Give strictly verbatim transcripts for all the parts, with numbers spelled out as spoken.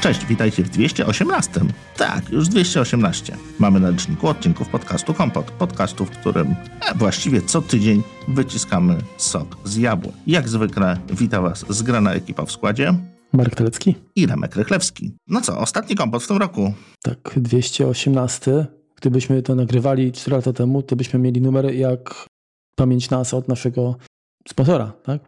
Cześć, witajcie w dwieście osiemnastym. Tak, już dwieście osiemnaście. Mamy na liczniku odcinków podcastu Kompot. Podcastu, w którym e, właściwie co tydzień wyciskamy sok z jabłek. Jak zwykle wita Was zgrana ekipa w składzie. Marek Telecki i Remek Rychlewski. No co, ostatni Kompot w tym roku. Tak, dwieście osiemnasty. Gdybyśmy to nagrywali cztery lata temu, to byśmy mieli numer jak pamięć nas od naszego sponsora, tak?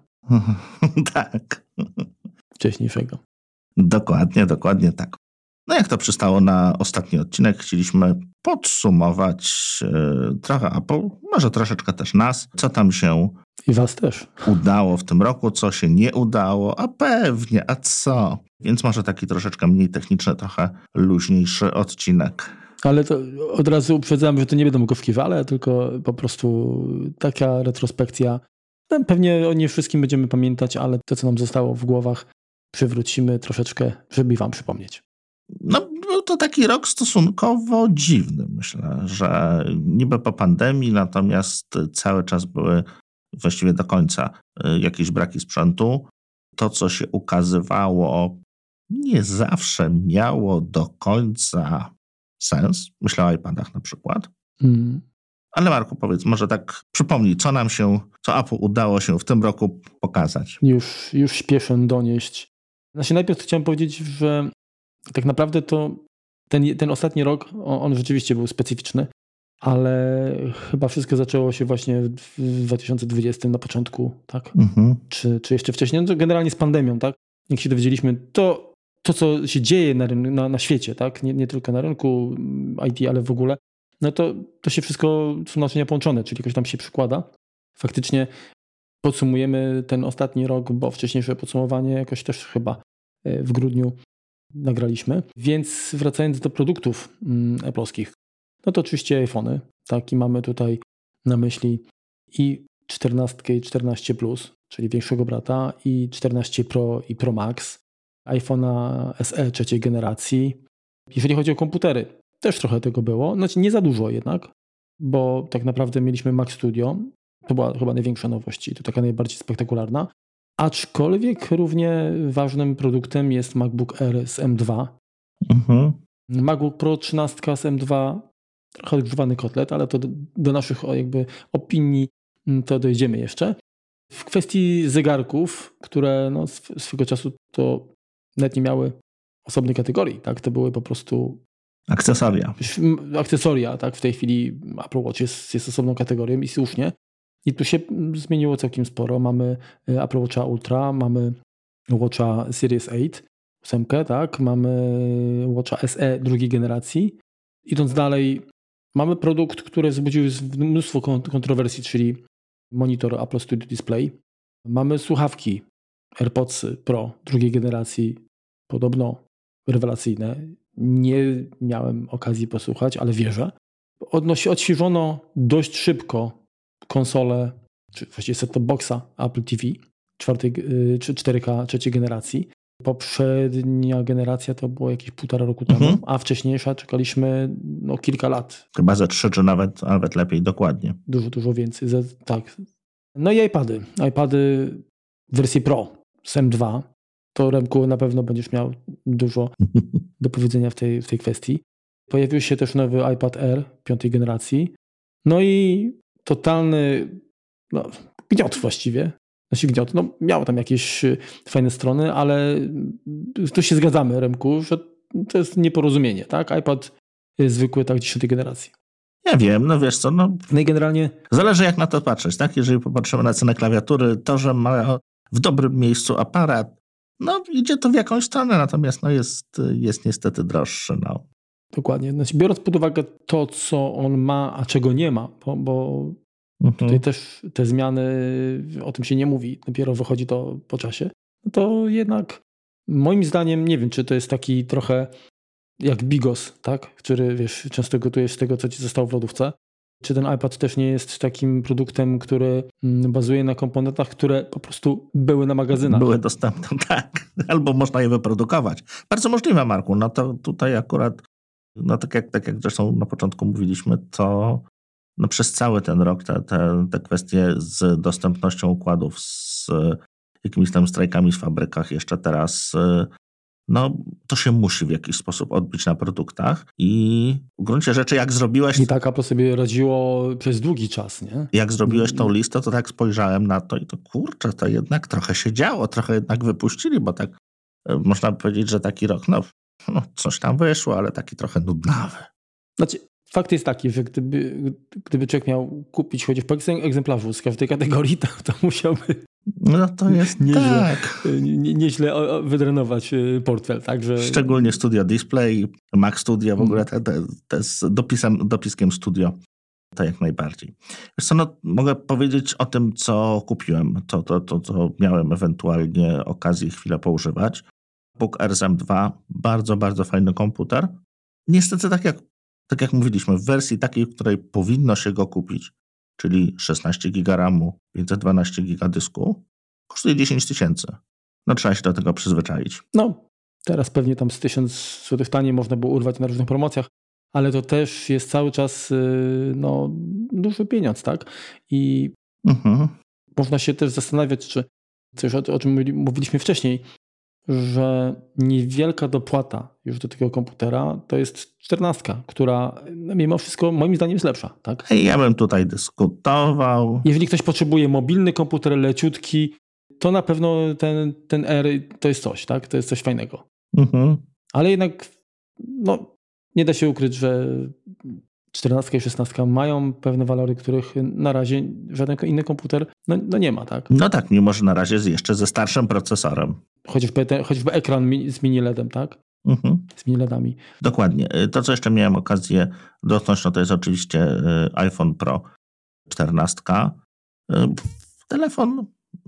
Tak. Wcześniejszego. Dokładnie, dokładnie tak. No jak to przystało na ostatni odcinek, chcieliśmy podsumować yy, trochę Apple, może troszeczkę też nas, co tam się i was też udało w tym roku, co się nie udało, a pewnie, a co. Więc może taki troszeczkę mniej techniczny, trochę luźniejszy odcinek. Ale to od razu uprzedzam, że to nie będą mrówki wale, tylko po prostu taka retrospekcja. No, pewnie o nie wszystkim będziemy pamiętać, ale to, co nam zostało w głowach, przywrócimy troszeczkę, żeby wam przypomnieć. No, był to taki rok stosunkowo dziwny, myślę, że niby po pandemii, natomiast cały czas były właściwie do końca jakieś braki sprzętu. To, co się ukazywało, nie zawsze miało do końca sens. Myślę o iPadach na przykład. Mm. Ale Marku, powiedz, może tak przypomnij, co nam się, co Apple udało się w tym roku pokazać. Już, już śpieszę donieść. Znaczy najpierw chciałem powiedzieć, że tak naprawdę to ten, ten ostatni rok, on, on rzeczywiście był specyficzny, ale chyba wszystko zaczęło się właśnie w dwa tysiące dwudziestym na początku, tak? Mhm. Czy, czy jeszcze wcześniej? No to generalnie z pandemią, tak? Jak się dowiedzieliśmy, to, to co się dzieje na, na, na świecie, tak? Nie, nie tylko na rynku I T, ale w ogóle, no to, to się wszystko są naczynia połączone, czyli jakoś tam się przykłada. Faktycznie podsumujemy ten ostatni rok, bo wcześniejsze podsumowanie jakoś też chyba w grudniu nagraliśmy. Więc wracając do produktów mm, Apple'owskich, no to oczywiście iPhony, tak, i mamy tutaj na myśli i czternaście i czternaście plus, czyli większego brata, i czternaście Pro i Pro Max, iPhone'a S E trzeciej generacji. Jeżeli chodzi o komputery, też trochę tego było, znaczy nie za dużo jednak, bo tak naprawdę mieliśmy Mac Studio, to była chyba największa nowość i to taka najbardziej spektakularna. Aczkolwiek równie ważnym produktem jest MacBook Air z M dwa. Mhm. MacBook Pro trzynaście z M dwa, trochę odgrzewany kotlet, ale to do, do naszych jakby opinii to dojdziemy jeszcze. W kwestii zegarków, które no, sw- swego czasu to nawet nie miały osobnej kategorii, tak? To były po prostu akcesoria. Akcesoria, tak? W tej chwili Apple Watch jest, jest osobną kategorią i słusznie. I tu się zmieniło całkiem sporo. Mamy Apple Watcha Ultra, mamy Watcha Series osiem, ósemkę, tak? Mamy Watcha S E drugiej generacji. Idąc dalej, mamy produkt, który wzbudził mnóstwo kontrowersji, czyli monitor Apple Studio Display. Mamy słuchawki AirPods Pro drugiej generacji, podobno rewelacyjne. Nie miałem okazji posłuchać, ale wierzę. Odnosi, odświeżono dość szybko konsolę, czy właściwie set-top boxa Apple T V czwartej, czy cztery K trzeciej generacji. Poprzednia generacja to było jakieś półtora roku temu, mhm. a wcześniejsza czekaliśmy no, kilka lat. Chyba ze trzy, czy nawet, nawet lepiej, dokładnie. Dużo, dużo więcej. Tak. No i iPady. iPady w wersji Pro z M dwa. To, Remku, na pewno będziesz miał dużo do powiedzenia w tej, w tej kwestii. Pojawił się też nowy iPad Air piątej generacji. No i totalny no, gniot właściwie. Znaczy gniot, no miał tam jakieś fajne strony, ale tu się zgadzamy, Remku, że to jest nieporozumienie, tak? iPad jest zwykły, tak, dziesiątej generacji. Ja wiem, no wiesz co, no... No i generalnie... Zależy jak na to patrzeć, tak? Jeżeli popatrzymy na cenę klawiatury, to, że ma w dobrym miejscu aparat, no idzie to w jakąś stronę, natomiast no jest, jest niestety droższy, no. Dokładnie. Znaczy, biorąc pod uwagę to, co on ma, a czego nie ma, bo, bo mhm. tutaj też te zmiany, o tym się nie mówi, dopiero wychodzi to po czasie, no to jednak moim zdaniem, nie wiem, czy to jest taki trochę jak bigos, tak? Który, wiesz, często gotujesz z tego, co ci zostało w lodówce. Czy ten iPad też nie jest takim produktem, który bazuje na komponentach, które po prostu były na magazynach? Były dostępne, tak. Albo można je wyprodukować. Bardzo możliwe, Marku. No to tutaj akurat, no tak jak, tak jak zresztą na początku mówiliśmy, to no przez cały ten rok te, te, te kwestie z dostępnością układów, z jakimiś tam strajkami w fabrykach, jeszcze teraz no to się musi w jakiś sposób odbić na produktach i w gruncie rzeczy jak zrobiłeś... I tak Apple sobie radziło przez długi czas, nie? Jak zrobiłeś tą listę, to tak spojrzałem na to i to kurczę, to jednak trochę się działo, trochę jednak wypuścili, bo tak można powiedzieć, że taki rok, no, no coś tam wyszło, ale taki trochę nudnawy. Znaczy, fakt jest taki, że gdyby, gdyby człowiek miał kupić chociaż po egzemplarzu z każdej kategorii, to, to musiałby no to jest nieźle, tak. nie, nieźle wydrenować portfel. Tak, że... Szczególnie Studio Display, Mac Studio, w ogóle te, te, te z dopisem, dopiskiem Studio. To jak najbardziej. Wiesz co, no, mogę powiedzieć o tym, co kupiłem, to, to, to, to miałem ewentualnie okazję chwilę poużywać. Book Air Z M dwa, bardzo, bardzo fajny komputer. Niestety, tak jak, tak jak mówiliśmy, w wersji takiej, w której powinno się go kupić, czyli szesnaście giga ramu, pięćset dwanaście giga dysku, kosztuje dziesięć tysięcy. No trzeba się do tego przyzwyczaić. No, teraz pewnie tam z tysiąc złotych taniej można było urwać na różnych promocjach, ale to też jest cały czas no, duży pieniądz, tak? I mhm. można się też zastanawiać, czy coś o, o czym mówiliśmy wcześniej, że niewielka dopłata już do tego komputera to jest czternastka, która mimo wszystko moim zdaniem jest lepsza, tak? Ja bym tutaj dyskutował. Jeżeli ktoś potrzebuje mobilny komputer, leciutki, to na pewno ten, ten R to jest coś, tak? To jest coś fajnego. Mhm. Ale jednak no, nie da się ukryć, że czternastka i szesnastka mają pewne walory, których na razie żaden inny komputer no, no nie ma, tak? No tak, mimo że na razie jest jeszcze ze starszym procesorem. Choćby, te, choćby ekran z mini L E D-em, tak? Mhm. Z mini L E D-ami. Dokładnie. To, co jeszcze miałem okazję dotknąć, no to jest oczywiście iPhone Pro czternaście. Telefon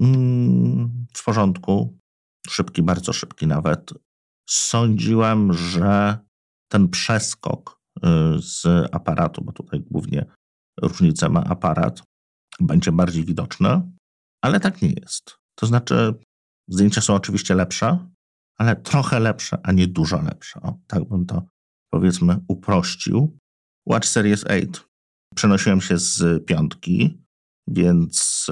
mm, w porządku, szybki, bardzo szybki nawet. Sądziłem, że ten przeskok z aparatu, bo tutaj głównie różnicę ma aparat, będzie bardziej widoczny, ale tak nie jest. To znaczy zdjęcia są oczywiście lepsze, ale trochę lepsze, a nie dużo lepsze. O, tak bym to powiedzmy uprościł. Watch Series osiem. Przenosiłem się z piątki, więc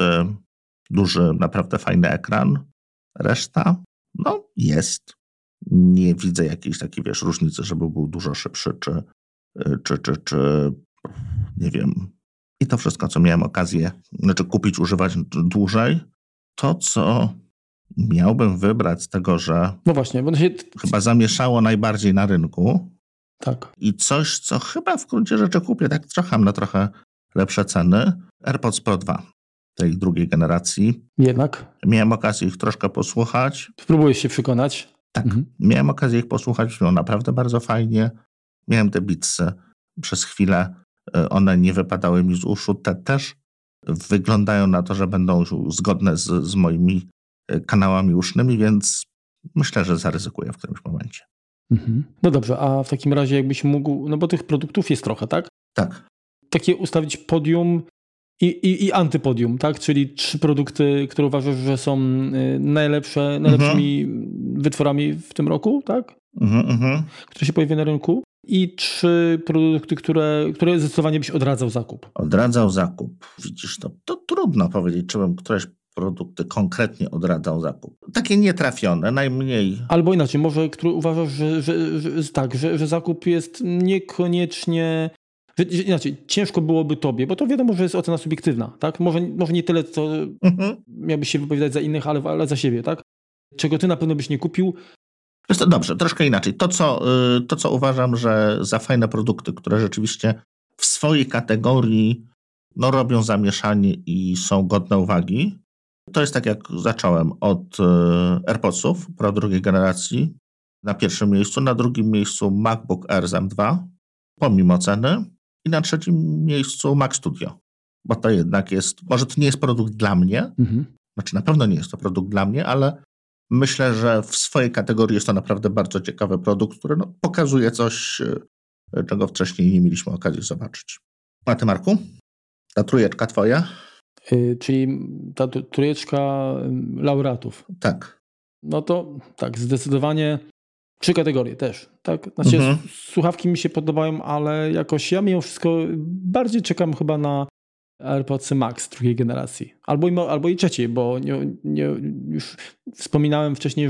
duży, naprawdę fajny ekran. Reszta, no jest. Nie widzę jakiejś takiej, wiesz, różnicy, żeby był dużo szybszy, czy, czy, czy, czy nie wiem. I to wszystko, co miałem okazję, znaczy kupić, używać dłużej. To, co miałbym wybrać z tego, że no właśnie, bo się... chyba zamieszało najbardziej na rynku. Tak. I coś, co chyba w gruncie rzeczy kupię, tak trochę na trochę lepsze ceny. AirPods Pro dwa tej drugiej generacji. Jednak? Miałem okazję ich troszkę posłuchać. Spróbujesz się przekonać? Tak, mhm. Miałem okazję ich posłuchać, no naprawdę bardzo fajnie. Miałem te Beatsy przez chwilę, one nie wypadały mi z uszu, te też wyglądają na to, że będą zgodne z, z moimi kanałami usznymi, więc myślę, że zaryzykuję w którymś momencie. Mhm. No dobrze, a w takim razie jakbyś mógł, no bo tych produktów jest trochę, tak? Tak. Takie ustawić podium i, i, i antypodium, tak? Czyli trzy produkty, które uważasz, że są najlepsze, najlepszymi mhm. wytworami w tym roku, tak? Mhm, mhm. Które się pojawiły na rynku. I trzy produkty, które, które zdecydowanie byś odradzał zakup. Odradzał zakup. Widzisz, to, to trudno powiedzieć, czy bym któreś produkty konkretnie odradzał zakup. Takie nietrafione, najmniej. Albo inaczej, może który uważasz, że, że, że, że tak, że, że zakup jest niekoniecznie... Że, że, inaczej, ciężko byłoby tobie, bo to wiadomo, że jest ocena subiektywna, tak? Może, może nie tyle, co mhm. miałbyś się wypowiadać za innych, ale, ale za siebie, tak? Czego ty na pewno byś nie kupił. To dobrze, troszkę inaczej. To co, to, co uważam, że za fajne produkty, które rzeczywiście w swojej kategorii no, robią zamieszanie i są godne uwagi, to jest tak, jak zacząłem od AirPodsów Pro drugiej generacji na pierwszym miejscu, na drugim miejscu MacBook Air Z M dwa, pomimo ceny, i na trzecim miejscu Mac Studio, bo to jednak jest, może to nie jest produkt dla mnie, mhm. znaczy na pewno nie jest to produkt dla mnie, ale myślę, że w swojej kategorii jest to naprawdę bardzo ciekawy produkt, który no, pokazuje coś, czego wcześniej nie mieliśmy okazji zobaczyć. A ty, Marku? Ta trójeczka twoja? Yy, czyli ta trójeczka laureatów. Tak. No to tak, zdecydowanie trzy kategorie też. Tak? Znaczy, mhm. słuchawki mi się podobają, ale jakoś ja mimo wszystko bardziej czekam chyba na AirPodsy Max drugiej generacji. Albo i, albo i trzeciej, bo nie, nie, już wspominałem wcześniej, że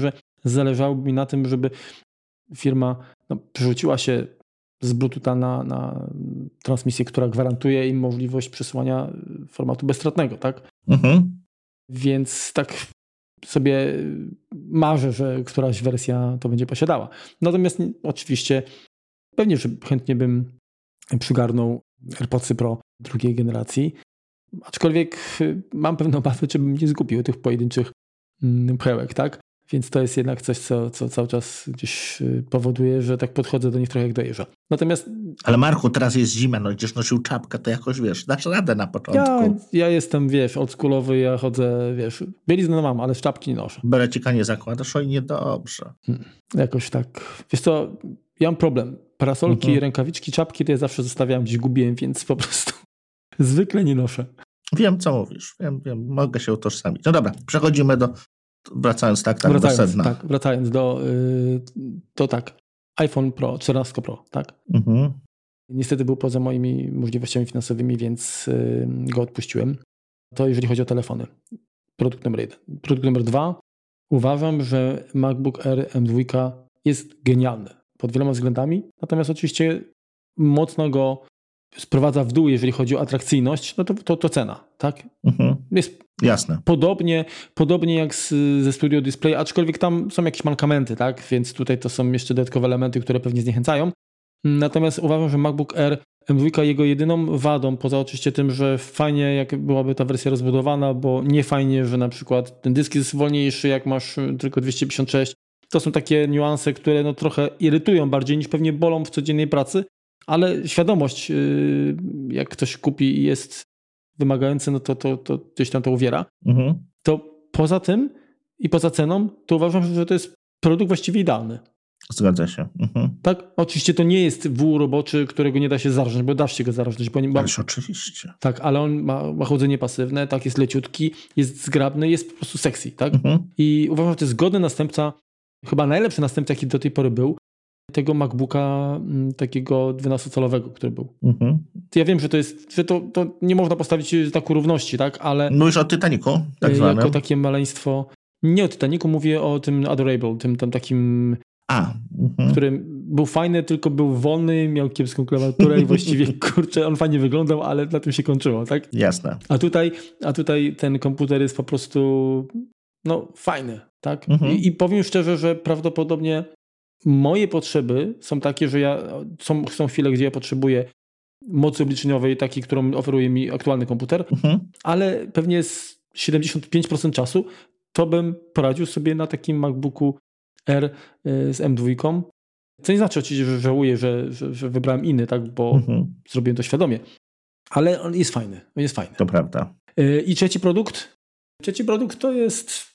zależałoby mi na tym, żeby firma no, przerzuciła się z Bluetootha na, na transmisję, która gwarantuje im możliwość przesyłania formatu bezstratnego, tak? Mhm. Więc tak sobie marzę, że któraś wersja to będzie posiadała. Natomiast oczywiście pewnie, że chętnie bym przygarnął AirPodsy Pro drugiej generacji, aczkolwiek mam pewne obawy, czy bym nie zgubił tych pojedynczych perełek, tak? Więc to jest jednak coś, co, co cały czas gdzieś powoduje, że tak podchodzę do nich trochę jak do jeża. Natomiast... Ale Marku, teraz jest zima, no będziesz nosił czapkę, to jakoś, wiesz, dasz radę na początku. Ja, ja jestem, wiesz, oldschoolowy, ja chodzę, wiesz, bieliznę mam, ale czapki nie noszę. Berecika nie zakładasz, oj niedobrze. Hmm, jakoś tak. Wiesz co, ja mam problem. Parasolki, mhm. rękawiczki, czapki to ja zawsze zostawiałem, gdzieś gubiłem, więc po prostu zwykle nie noszę. Wiem, co mówisz. Wiem, wiem, mogę się utożsamić. No dobra, przechodzimy do... Wracając tak, tak wracając, do sedna. Tak, wracając do... Yy, to tak, iPhone Pro, czternaście Pro, tak? Mhm. Niestety był poza moimi możliwościami finansowymi, więc yy, go odpuściłem. To jeżeli chodzi o telefony. Produkt numer jeden. Produkt numer dwa. Uważam, że MacBook Air M dwa jest genialny pod wieloma względami, natomiast oczywiście mocno go sprowadza w dół, jeżeli chodzi o atrakcyjność, no to, to, to cena, tak? Mhm. Jest jasne. Podobnie, podobnie jak z, ze Studio Display, aczkolwiek tam są jakieś mankamenty, tak? Więc tutaj to są jeszcze dodatkowe elementy, które pewnie zniechęcają. Natomiast uważam, że MacBook Air M dwa jego jedyną wadą, poza oczywiście tym, że fajnie jak byłaby ta wersja rozbudowana, bo nie fajnie, że na przykład ten dysk jest wolniejszy, jak masz tylko dwieście pięćdziesiąt sześć. To są takie niuanse, które no trochę irytują bardziej niż pewnie bolą w codziennej pracy, ale świadomość, jak ktoś kupi i jest wymagający, no to, to, to gdzieś tam to uwiera. Mhm. To poza tym i poza ceną, to uważam, że to jest produkt właściwie idealny. Zgadza się. Mhm. Tak? Oczywiście to nie jest wół roboczy, którego nie da się zarżnąć, bo da się go zarżnąć. Bo nie ma... Ależ oczywiście. Tak, ale on ma, ma chłodzenie pasywne, tak, jest leciutki, jest zgrabny, jest po prostu sexy, tak? Mhm. I uważam, że to jest godny następca, chyba najlepszy następca, jaki do tej pory był, tego MacBooka m, takiego dwunastocalowego, który był. Mhm. Ja wiem, że to jest, że to, to nie można postawić tak ku równości, tak, ale... Mówisz o Titanicu, tak zwanym? Jako takie maleństwo... Nie o Titanicu, mówię o tym Adorable, tym tam takim... A, mhm. który był fajny, tylko był wolny, miał kiepską klawiaturę i właściwie, kurczę, on fajnie wyglądał, ale na tym się kończyło, tak? Jasne. A tutaj, a tutaj ten komputer jest po prostu no fajny, tak? Mhm. I, I powiem szczerze, że prawdopodobnie moje potrzeby są takie, że ja są, są chwile, gdzie ja potrzebuję mocy obliczeniowej, takiej, którą oferuje mi aktualny komputer, Mhm. ale pewnie z siedemdziesiąt pięć procent czasu to bym poradził sobie na takim MacBooku Air z M dwa. Co nie znaczy oczywiście, że żałuję, że, że, że wybrałem inny, tak, bo Mhm. zrobiłem to świadomie. Ale on jest fajny. On jest fajny. To prawda. I trzeci produkt? Trzeci produkt to jest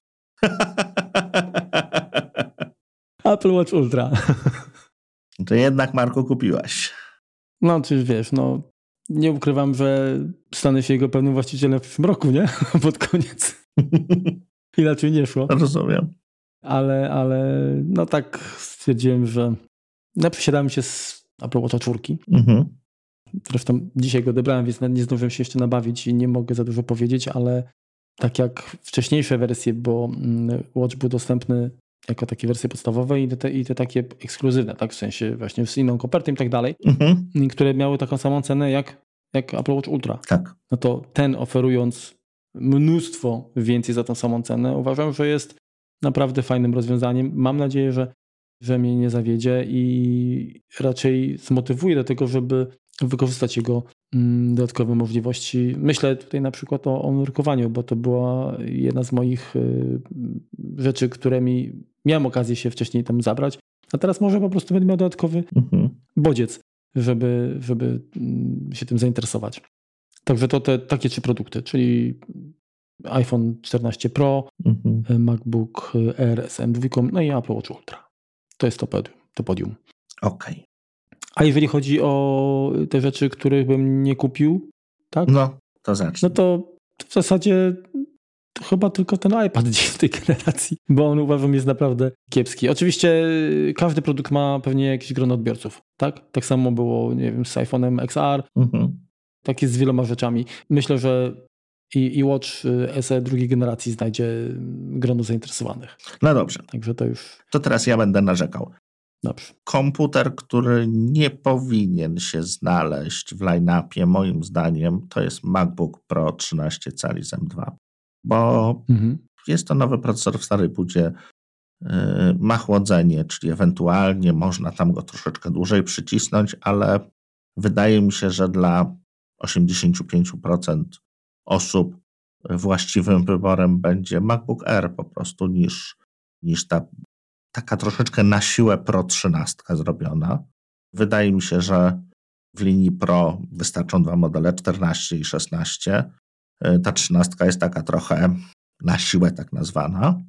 Apple Watch Ultra. To jednak, Marku, kupiłaś. No, czy wiesz, no nie ukrywam, że stanę się jego pełnym właścicielem w przyszłym roku, nie? Pod koniec. Inaczej nie szło. Rozumiem. Ale, ale no tak stwierdziłem, że no, przesiadałem się z Apple Watcha czwórki. Mhm. Zresztą dzisiaj go odebrałem, więc nie zdążyłem się jeszcze nabawić i nie mogę za dużo powiedzieć, ale tak jak wcześniejsze wersje, bo Watch był dostępny jako takie wersje podstawowe i te, i te takie ekskluzywne, tak, w sensie właśnie z inną kopertą i tak dalej, Mhm. które miały taką samą cenę jak, jak Apple Watch Ultra. Tak. No to ten, oferując mnóstwo więcej za tą samą cenę, uważam, że jest naprawdę fajnym rozwiązaniem. Mam nadzieję, że, że mnie nie zawiedzie i raczej zmotywuje do tego, żeby wykorzystać jego mm, dodatkowe możliwości. Myślę tutaj na przykład o, o nurkowaniu, bo to była jedna z moich y, rzeczy, którymi miałem okazję się wcześniej tam zabrać, a teraz może po prostu będę miał dodatkowy Mhm. bodziec, żeby, żeby mm, się tym zainteresować. Także to te takie trzy produkty, czyli iPhone czternaście Pro, Mhm. MacBook Air z M dwa, no i Apple Watch Ultra. To jest to podium. To podium. Okej. Okay. A jeżeli chodzi o te rzeczy, których bym nie kupił, tak? No, to zacznę. No to w zasadzie to chyba tylko ten iPad w tej generacji, bo on uważam jest naprawdę kiepski. Oczywiście każdy produkt ma pewnie jakieś grono odbiorców, tak? Tak samo było, nie wiem, z iPhone'em X R. Mhm. Tak jest z wieloma rzeczami. Myślę, że i, i Watch S E drugiej generacji znajdzie grono zainteresowanych. No dobrze. Także to już... To teraz ja będę narzekał. Dobrze. Komputer, który nie powinien się znaleźć w line-upie, moim zdaniem, to jest MacBook Pro trzynaście cali z M dwa. Bo mhm. jest to nowy procesor w starej budzie, yy, ma chłodzenie, czyli ewentualnie można tam go troszeczkę dłużej przycisnąć, ale wydaje mi się, że dla osiemdziesiąt pięć procent osób właściwym wyborem będzie MacBook Air po prostu niż, niż ta taka troszeczkę na siłę Pro trzynaście zrobiona. Wydaje mi się, że w linii Pro wystarczą dwa modele, czternaście i szesnaście. Ta trzynastka jest taka trochę na siłę tak nazwana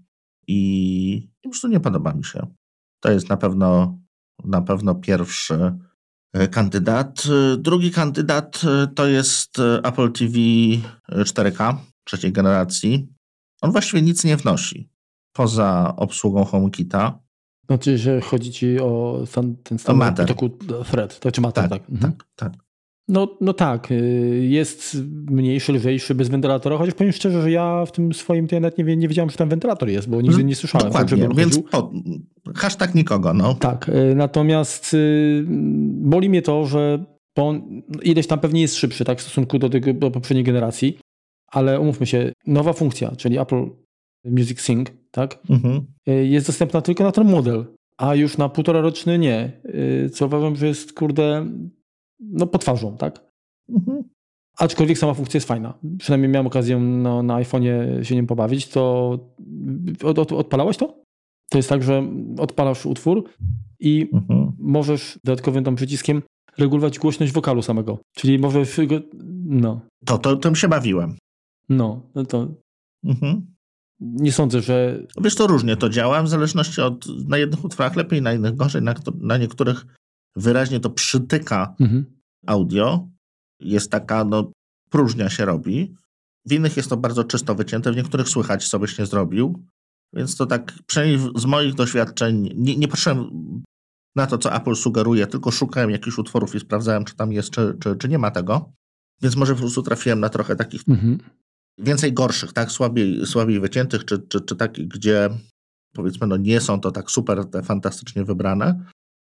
i po prostu nie podoba mi się. To jest na pewno, na pewno pierwszy kandydat. Drugi kandydat to jest Apple T V cztery K trzeciej generacji. On właściwie nic nie wnosi poza obsługą HomeKita. Znaczy, że chodzi ci o ten, ten standard protokół Thread, to czy Matter, tak? Tak, mhm. tak, tak. No, no tak, jest mniejszy, lżejszy, bez wentylatora, chociaż powiem szczerze, że ja w tym swoim, to ja nawet nie, nie wiedziałem, że tam wentylator jest, bo nigdy nie słyszałem. Dokładnie, tak, więc po, hashtag nikogo. No. Tak, natomiast boli mnie to, że on ileś tam pewnie jest szybszy, tak, w stosunku do, tego, do poprzedniej generacji, ale umówmy się, nowa funkcja, czyli Apple Music Sync, tak, mhm. jest dostępna tylko na ten model, a już na półtora roczny nie, co uważam, że jest, kurde, no pod twarzą, tak? Mhm. Aczkolwiek sama funkcja jest fajna. Przynajmniej miałem okazję no, na iPhone'ie się nim pobawić, to od, od, odpalałeś to? To jest tak, że odpalasz utwór i mhm. możesz dodatkowym tam przyciskiem regulować głośność wokalu samego. Czyli możesz go... No. To, to tym się bawiłem. No, no to... Mhm. Nie sądzę, że... Wiesz, to różnie to działa, w zależności od... Na jednych utworach lepiej, na innych gorzej, na, na niektórych wyraźnie to przytyka mhm. audio. Jest taka, no, próżnia się robi. W innych jest to bardzo czysto wycięte, w niektórych słychać, co byś nie zrobił. Więc to tak, przynajmniej z moich doświadczeń, nie, nie patrzyłem na to, co Apple sugeruje, tylko szukałem jakichś utworów i sprawdzałem, czy tam jest, czy, czy, czy nie ma tego. Więc może po prostu trafiłem na trochę takich mhm. więcej gorszych, tak, słabiej, słabiej wyciętych, czy, czy, czy takich, gdzie powiedzmy, no nie są to tak super te fantastycznie wybrane.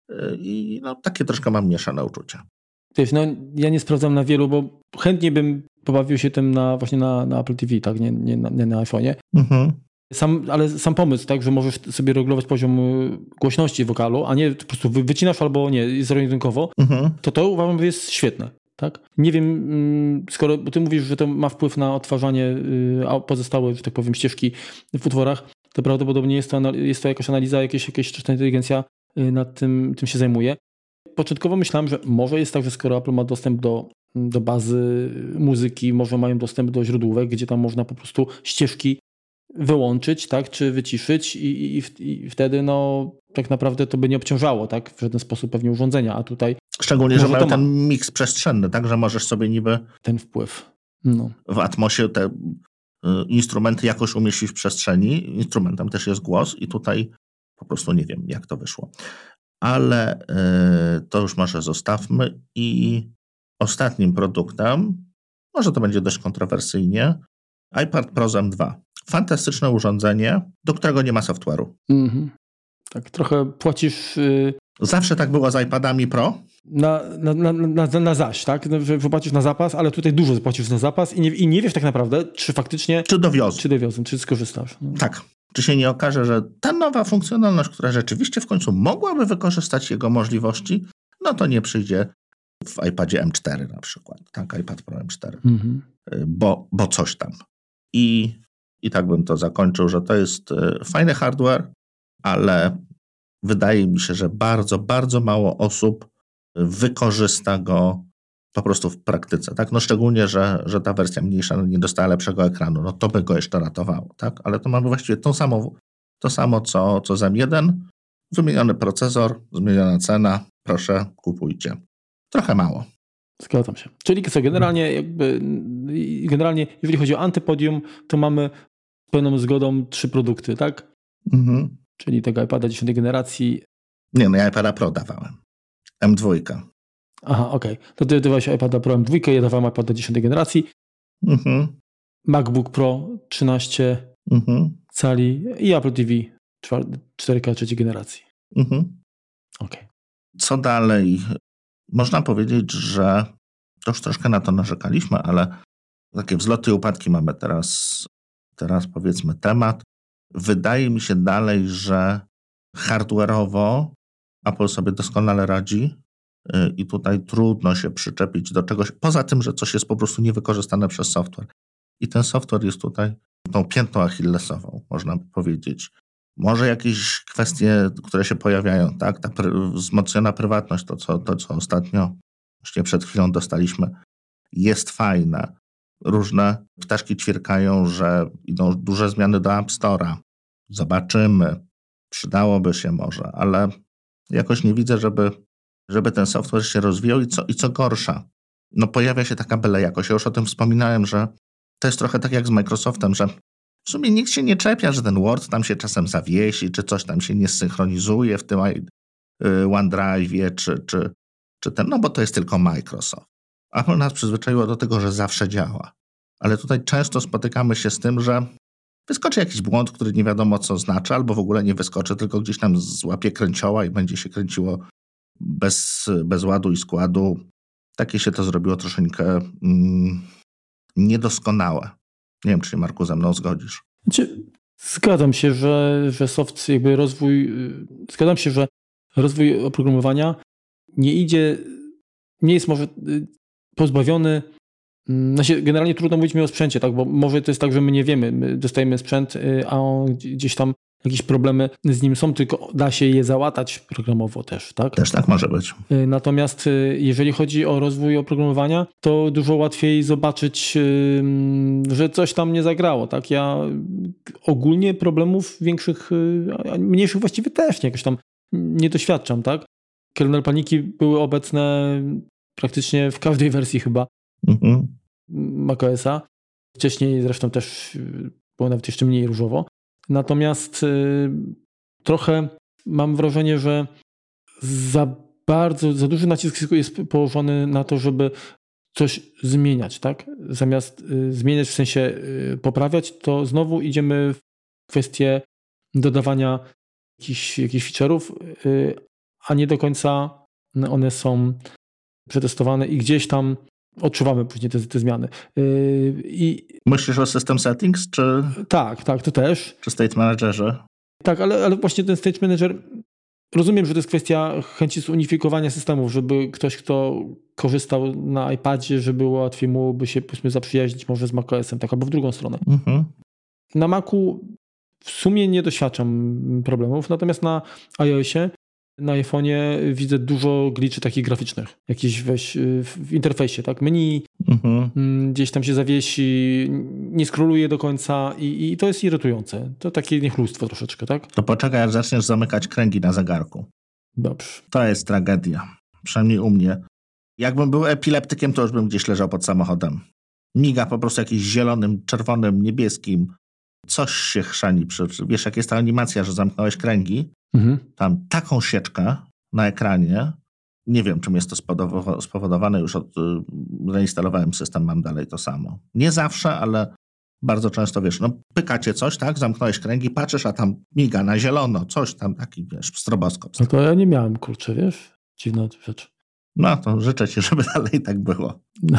I no, takie troszkę mam mieszane uczucia. Wiesz, no ja nie sprawdzam na wielu, bo chętnie bym pobawił się tym na, właśnie na, na Apple T V, tak, nie, nie, nie na iPhone'ie. Mhm. Sam, ale sam pomysł, tak, że możesz sobie regulować poziom głośności wokalu, a nie po prostu wycinasz albo nie, zero-jedynkowo, mhm. to to uważam, że jest świetne. Tak? Nie wiem, skoro ty mówisz, że to ma wpływ na odtwarzanie pozostałe, że tak powiem, ścieżki w utworach, to prawdopodobnie jest to, jest to jakaś analiza, jakaś, jakaś sztuczna inteligencja nad tym, tym się zajmuje. Początkowo myślałem, że może jest tak, że skoro Apple ma dostęp do, do bazy muzyki, może mają dostęp do źródłówek, gdzie tam można po prostu ścieżki wyłączyć, tak, czy wyciszyć i, i, i wtedy no tak naprawdę to by nie obciążało, tak, w żaden sposób pewnie urządzenia, a tutaj... Szczególnie, że mają ten miks przestrzenny, tak, że możesz sobie niby... Ten wpływ. No. W Atmosie te y, instrumenty jakoś umieścić w przestrzeni. Instrumentem też jest głos i tutaj po prostu nie wiem, jak to wyszło. Ale y, to już może zostawmy i ostatnim produktem, może to będzie dość kontrowersyjnie, iPad Pro z M dwa. Fantastyczne urządzenie, do którego nie ma software'u. Mm-hmm. Tak, trochę płacisz... Yy... Zawsze tak było z iPadami Pro? Na, na, na, na, na zaś, tak? Że płacisz na zapas, ale tutaj dużo zapłacisz na zapas i nie, i nie wiesz tak naprawdę, czy faktycznie... Czy dowiozą. Czy dowiozą, czy skorzystasz. No. Tak. Czy się nie okaże, że ta nowa funkcjonalność, która rzeczywiście w końcu mogłaby wykorzystać jego możliwości, no to nie przyjdzie w iPadzie M cztery na przykład. Tak, iPad Pro M cztery. Mm-hmm. Bo, bo coś tam. I, I tak bym to zakończył, że to jest fajny hardware, ale wydaje mi się, że bardzo, bardzo mało osób wykorzysta go po prostu w praktyce. Tak? No szczególnie, że, że ta wersja mniejsza nie dostała lepszego ekranu. No to by go jeszcze ratowało. Tak? Ale to mamy właściwie tą samą, to samo, co, co z M jeden. Wymieniony procesor, zmieniona cena. Proszę, kupujcie. Trochę mało. Zgadzam się. Czyli co, generalnie jakby generalnie, jeżeli chodzi o Antypodium, to mamy z pełną zgodą trzy produkty, tak? Mhm. Czyli tego iPada dziesiątej generacji. Nie, no ja iPada Pro dawałem. M dwa. Aha, okej. Okay. To ty dawałeś iPada Pro M dwa, ja dawałem iPada dziesiątej generacji. Mhm. MacBook Pro trzynaście Mhm. cali i Apple T V cztery K trzeciej generacji. Mhm. Okay. Co dalej? Można powiedzieć, że to już troszkę na to narzekaliśmy, ale takie wzloty i upadki mamy teraz, teraz powiedzmy temat. Wydaje mi się dalej, że hardware'owo Apple sobie doskonale radzi i tutaj trudno się przyczepić do czegoś, poza tym, że coś jest po prostu niewykorzystane przez software. I ten software jest tutaj tą piętą achillesową, można by powiedzieć. Może jakieś kwestie, które się pojawiają, tak? Ta pr- wzmocniona prywatność, to co, to co ostatnio, właśnie przed chwilą dostaliśmy, jest fajne. Różne ptaszki ćwierkają, że idą duże zmiany do App Store'a. Zobaczymy. Przydałoby się może, ale jakoś nie widzę, żeby, żeby ten software się rozwijał i co, i co gorsza. No pojawia się taka byle jakość. Ja już o tym wspominałem, że to jest trochę tak jak z Microsoftem, że w sumie nikt się nie czepia, że ten Word tam się czasem zawiesi, czy coś tam się nie synchronizuje w tym OneDrive'ie, czy, czy, czy ten, no bo to jest tylko Microsoft. Apple nas przyzwyczaiło do tego, że zawsze działa. Ale tutaj często spotykamy się z tym, że wyskoczy jakiś błąd, który nie wiadomo co znaczy, albo w ogóle nie wyskoczy, tylko gdzieś tam złapie kręcioła i będzie się kręciło bez, bez ładu i składu. Takie się to zrobiło troszeczkę mm, niedoskonałe. Nie wiem, czy się, Marku, ze mną zgodzisz. Znaczy, zgadzam się, że, że soft, jakby rozwój, zgadzam się, że rozwój oprogramowania nie idzie, nie jest może pozbawiony, znaczy generalnie trudno mówić mi o sprzęcie, tak, bo może to jest tak, że my nie wiemy, my dostajemy sprzęt, a on gdzieś tam jakieś problemy z nim są, tylko da się je załatać programowo też, tak? Też tak może być. Natomiast jeżeli chodzi o rozwój oprogramowania, to dużo łatwiej zobaczyć, że coś tam nie zagrało, tak? Ja ogólnie problemów większych, mniejszych właściwie też jakoś tam nie doświadczam, tak? Kernel paniki były obecne praktycznie w każdej wersji chyba mhm. macOSa. Wcześniej zresztą też było nawet jeszcze mniej różowo. Natomiast y, trochę mam wrażenie, że za bardzo, za duży nacisk jest położony na to, żeby coś zmieniać, tak? Zamiast y, zmieniać, w sensie y, poprawiać, to znowu idziemy w kwestię dodawania jakichś, jakichś feature'ów, y, a nie do końca one są przetestowane i gdzieś tam odczuwamy później te, te zmiany. Yy, i... Myślisz o System Settings, czy... Tak, tak, to też. Czy State Managerze? Tak, ale, ale właśnie ten State Manager, rozumiem, że to jest kwestia chęci zunifikowania systemów, żeby ktoś, kto korzystał na iPadzie, żeby łatwiej mu by się, powiedzmy, zaprzyjaźnić może z macOSem, tak, albo w drugą stronę. Mhm. Na Macu w sumie nie doświadczam problemów, natomiast na iOSie, na iPhone'ie widzę dużo glitchy takich graficznych. Jakiś weź w interfejsie, tak? Menu mhm. gdzieś tam się zawiesi, nie scrolluje do końca i, i to jest irytujące. To takie niechlujstwo troszeczkę, tak? To poczekaj, aż zaczniesz zamykać kręgi na zegarku. Dobrze. To jest tragedia. Przynajmniej u mnie. Jakbym był epileptykiem, to już bym gdzieś leżał pod samochodem. Miga po prostu jakimś zielonym, czerwonym, niebieskim. Coś się chrzani. Wiesz, jak jest ta animacja, że zamknąłeś kręgi, mhm. tam taką sieczkę na ekranie, nie wiem, czym jest to spowodowane, już od, reinstalowałem system, mam dalej to samo. Nie zawsze, ale bardzo często, wiesz, no pykacie coś, tak, zamknąłeś kręgi, patrzysz, a tam miga na zielono, coś tam, taki, wiesz, stroboskop. No to ja nie miałem, kurczę, wiesz, dziwna rzecz. No to życzę ci, żeby dalej tak było. No.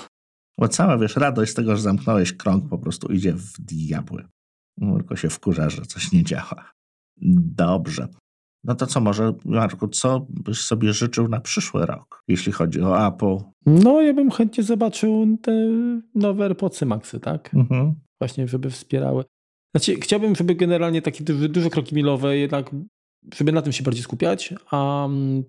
Bo cała, wiesz, radość z tego, że zamknąłeś krąg, po prostu idzie w diabły. Tylko się wkurza, że coś nie działa. Dobrze. No to co, może, Marku, co byś sobie życzył na przyszły rok, jeśli chodzi o Apple? No, ja bym chętnie zobaczył te nowe AirPodsy Maxy, tak? Mhm. Właśnie, żeby wspierały. Znaczy, chciałbym, żeby generalnie takie duże, duże kroki milowe jednak, żeby na tym się bardziej skupiać, a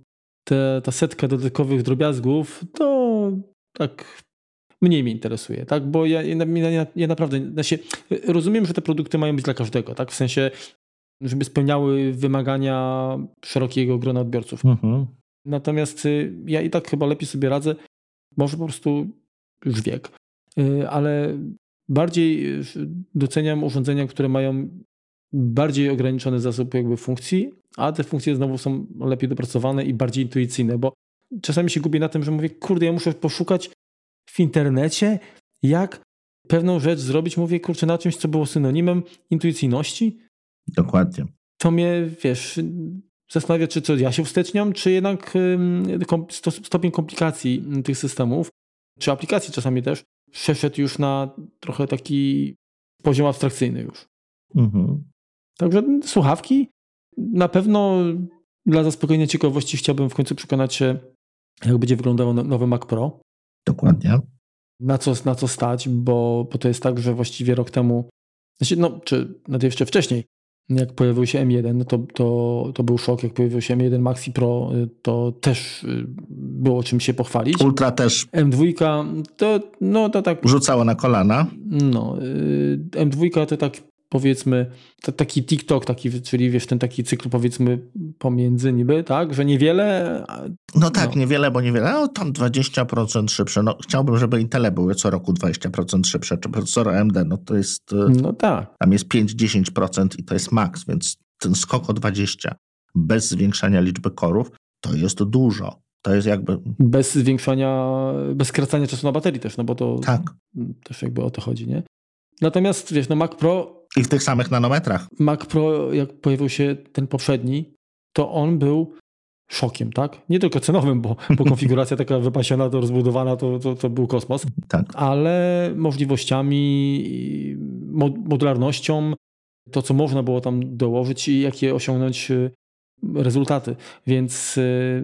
te, ta setka dodatkowych drobiazgów, to tak mniej mnie interesuje, tak? Bo ja, ja, ja, ja naprawdę, znaczy, rozumiem, że te produkty mają być dla każdego, tak? W sensie, żeby spełniały wymagania szerokiego grona odbiorców. Mhm. Natomiast ja i tak chyba lepiej sobie radzę, może po prostu już wiek, ale bardziej doceniam urządzenia, które mają bardziej ograniczony zasób jakby funkcji, a te funkcje znowu są lepiej dopracowane i bardziej intuicyjne, bo czasami się gubię na tym, że mówię, kurde, ja muszę poszukać w internecie, jak pewną rzecz zrobić, mówię, kurczę, na czymś, co było synonimem intuicyjności. Dokładnie. To mnie, wiesz, zastanawia, czy co, ja się wsteczniam, czy jednak kom, stopień komplikacji tych systemów, czy aplikacji czasami też, przeszedł już na trochę taki poziom abstrakcyjny już. Mhm. Także słuchawki na pewno dla zaspokojenia ciekawości chciałbym w końcu przekonać się, jak będzie wyglądał nowy Mac Pro. Dokładnie. Na co, na co stać, bo, bo to jest tak, że właściwie rok temu, znaczy, no, czy nawet jeszcze wcześniej, jak pojawił się M jeden, no to, to, to był szok. Jak pojawił się M jeden Max i Pro, to też było czym się pochwalić. Ultra też. M dwa to, no, to tak... Rzucało na kolana. No, M dwa to tak powiedzmy, to taki TikTok, taki, czyli wiesz, ten taki cykl powiedzmy pomiędzy niby, tak, że niewiele... No tak, no. niewiele, bo niewiele, no tam dwadzieścia procent szybsze. No chciałbym, żeby Intele były co roku dwadzieścia procent szybsze, czy procesor A M D, no to jest... No tak. Tam jest pięć do dziesięciu procent i to jest max, więc ten skok o dwadzieścia procent bez zwiększania liczby korów, to jest dużo. To jest jakby... Bez zwiększania, bez skracania czasu na baterii też, no bo to tak. też jakby o to chodzi, nie? Natomiast wiesz, no Mac Pro... I w tych samych nanometrach. Mac Pro, jak pojawił się ten poprzedni, to on był szokiem, tak? Nie tylko cenowym, bo, bo konfiguracja taka wypasiona, to rozbudowana, to, to, to był kosmos. Tak. Ale możliwościami, modularnością, to co można było tam dołożyć i jakie osiągnąć rezultaty. Więc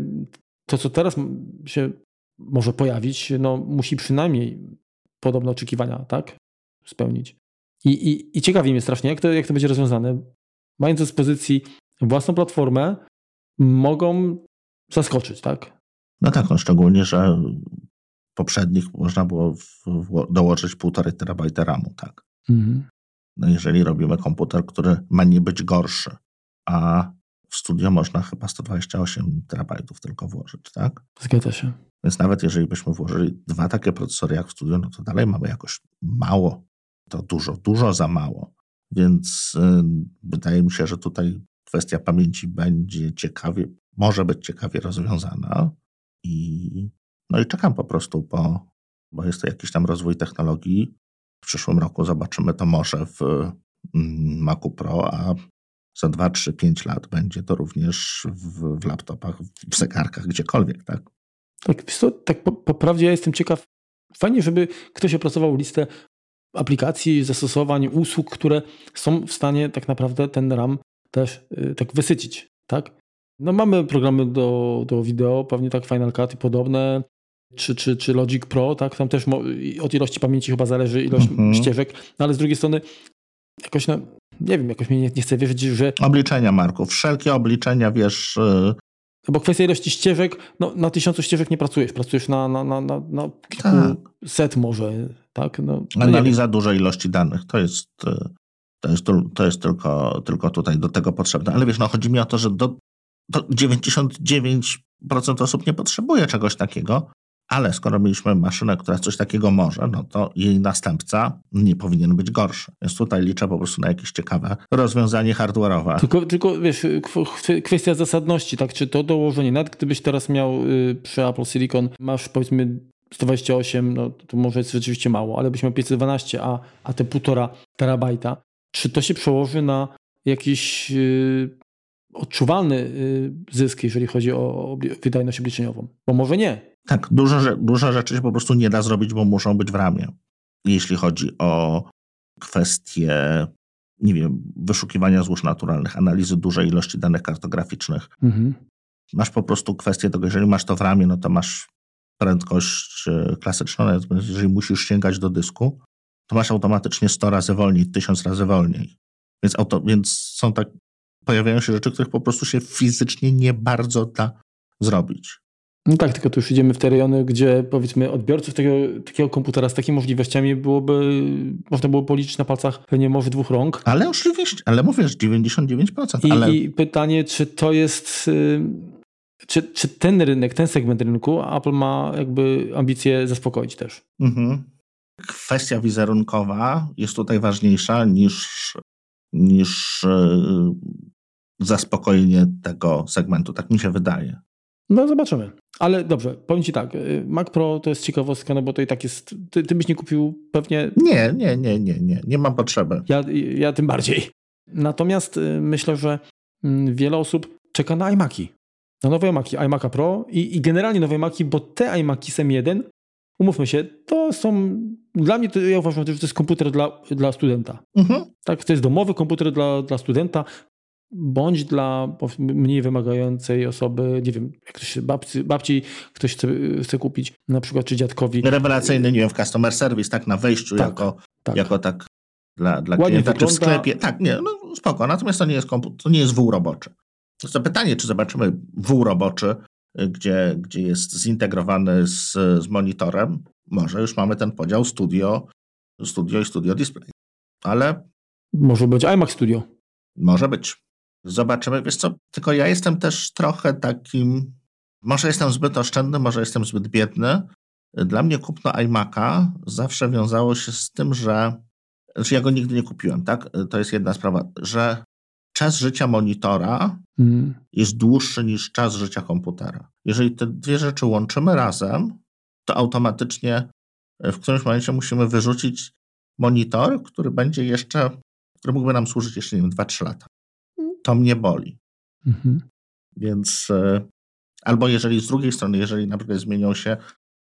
to, co teraz się może pojawić, no musi przynajmniej podobne oczekiwania, tak? Spełnić. I, i, i ciekawi mnie strasznie, jak to, jak to będzie rozwiązane. Mając do dyspozycji własną platformę, mogą zaskoczyć, tak? No tak, no szczególnie, że poprzednich można było w, w, dołożyć półtorej terabajta ramu, tak? Mhm. No jeżeli robimy komputer, który ma nie być gorszy, a w studio można chyba sto dwadzieścia osiem terabajtów tylko włożyć, tak? Zgadza się. Więc nawet jeżeli byśmy włożyli dwa takie procesory jak w studio, no to dalej mamy jakoś mało. To dużo, dużo za mało. Więc y, wydaje mi się, że tutaj kwestia pamięci będzie ciekawie, może być ciekawie rozwiązana. I, no i czekam po prostu, po, bo jest to jakiś tam rozwój technologii. W przyszłym roku zobaczymy to może w mm, Macu Pro, a za dwa, trzy, pięć lat będzie to również w, w laptopach, w zegarkach, gdziekolwiek, tak? Tak, to, tak po, po prawdzie ja jestem ciekaw. Fajnie, żeby ktoś opracował listę aplikacji, zastosowań, usług, które są w stanie tak naprawdę ten RAM też yy, tak wysycić, tak? No mamy programy do, do wideo, pewnie tak Final Cut i podobne, czy, czy, czy Logic Pro, tak? Tam też mo- od ilości pamięci chyba zależy ilość mhm. ścieżek, no ale z drugiej strony jakoś, no, nie wiem, jakoś mnie nie, nie chce wierzyć, że... Obliczenia, Marku, wszelkie obliczenia, wiesz... Yy... Bo kwestia ilości ścieżek, no na tysiącu ścieżek nie pracujesz, pracujesz na, na, na, na, na tak. set może, tak? No, Analiza dużej ilości danych, to jest, to jest, to jest tylko, tylko tutaj do tego potrzebne. Ale wiesz, no chodzi mi o to, że do, do dziewięćdziesiąt dziewięć procent osób nie potrzebuje czegoś takiego, ale skoro mieliśmy maszynę, która coś takiego może, no to jej następca nie powinien być gorszy. Więc tutaj liczę po prostu na jakieś ciekawe rozwiązanie hardware'owe. Tylko, tylko wiesz, kwestia zasadności, tak? Czy to dołożenie, nawet gdybyś teraz miał y, przy Apple Silicon, masz powiedzmy sto dwadzieścia osiem, no to może jest rzeczywiście mało, ale byś miał pięćset dwanaście, a, a te półtora terabajta, czy to się przełoży na jakiś y, odczuwalny y, zysk, jeżeli chodzi o obli- wydajność obliczeniową? Bo może nie. Tak, dużo, dużo rzeczy się po prostu nie da zrobić, bo muszą być w ramie. Jeśli chodzi o kwestie, nie wiem, wyszukiwania złóż naturalnych, analizy dużej ilości danych kartograficznych. Mhm. Masz po prostu kwestię tego, jeżeli masz to w ramie, no to masz prędkość klasyczną, natomiast jeżeli musisz sięgać do dysku, to masz automatycznie sto razy wolniej, tysiąc razy wolniej. Więc, auto, więc są tak, pojawiają się rzeczy, których po prostu się fizycznie nie bardzo da zrobić. No tak, tylko tu już idziemy w te rejony, gdzie powiedzmy odbiorców takiego, takiego komputera z takimi możliwościami byłoby, można było policzyć na palcach pewnie może dwóch rąk. Ale oczywiście, ale mówię, że dziewięćdziesiąt dziewięć procent. I, ale... i pytanie, czy to jest, czy, czy ten rynek, ten segment rynku Apple ma jakby ambicje zaspokoić też? Mhm. Kwestia wizerunkowa jest tutaj ważniejsza niż, niż zaspokojenie tego segmentu, tak mi się wydaje. No zobaczymy. Ale dobrze, powiem Ci tak, Mac Pro to jest ciekawostka, no bo to i tak jest, ty, ty byś nie kupił pewnie... Nie, nie, nie, nie, nie, nie mam potrzeby. Ja, ja tym bardziej. Natomiast myślę, że wiele osób czeka na iMaki, na nowe iMaki, iMac'a Pro i, i generalnie nowe iMaki, bo te iMaki S M jeden, umówmy się, to są, dla mnie to, ja uważam, że to jest komputer dla, dla studenta. Mhm. Tak, to jest domowy komputer dla, dla studenta, bądź dla mniej wymagającej osoby, nie wiem, jak ktoś, babci, babci ktoś chce, chce kupić, na przykład, czy dziadkowi. Rewelacyjny, nie wiem, w customer service, tak na wejściu, tak, jako, tak. jako tak dla, dla Ładnie klienta, wygląda. czy w sklepie. Tak, nie, no spoko, natomiast to nie jest komputer, to nie jest wół roboczy. To jest to pytanie, czy zobaczymy wół roboczy, gdzie, gdzie jest zintegrowany z, z monitorem. Może już mamy ten podział studio, studio i studio display. Ale... Może być iMac Studio. Może być. Zobaczymy. Wiesz co, tylko ja jestem też trochę takim... Może jestem zbyt oszczędny, może jestem zbyt biedny. Dla mnie kupno iMac'a zawsze wiązało się z tym, że... Znaczy ja go nigdy nie kupiłem, tak? To jest jedna sprawa, że czas życia monitora hmm. jest dłuższy niż czas życia komputera. Jeżeli te dwie rzeczy łączymy razem, to automatycznie w którymś momencie musimy wyrzucić monitor, który będzie jeszcze, który mógłby nam służyć jeszcze, nie wiem, dwa trzy lata. To mnie boli. Mhm. Więc albo jeżeli z drugiej strony, jeżeli na przykład zmienią się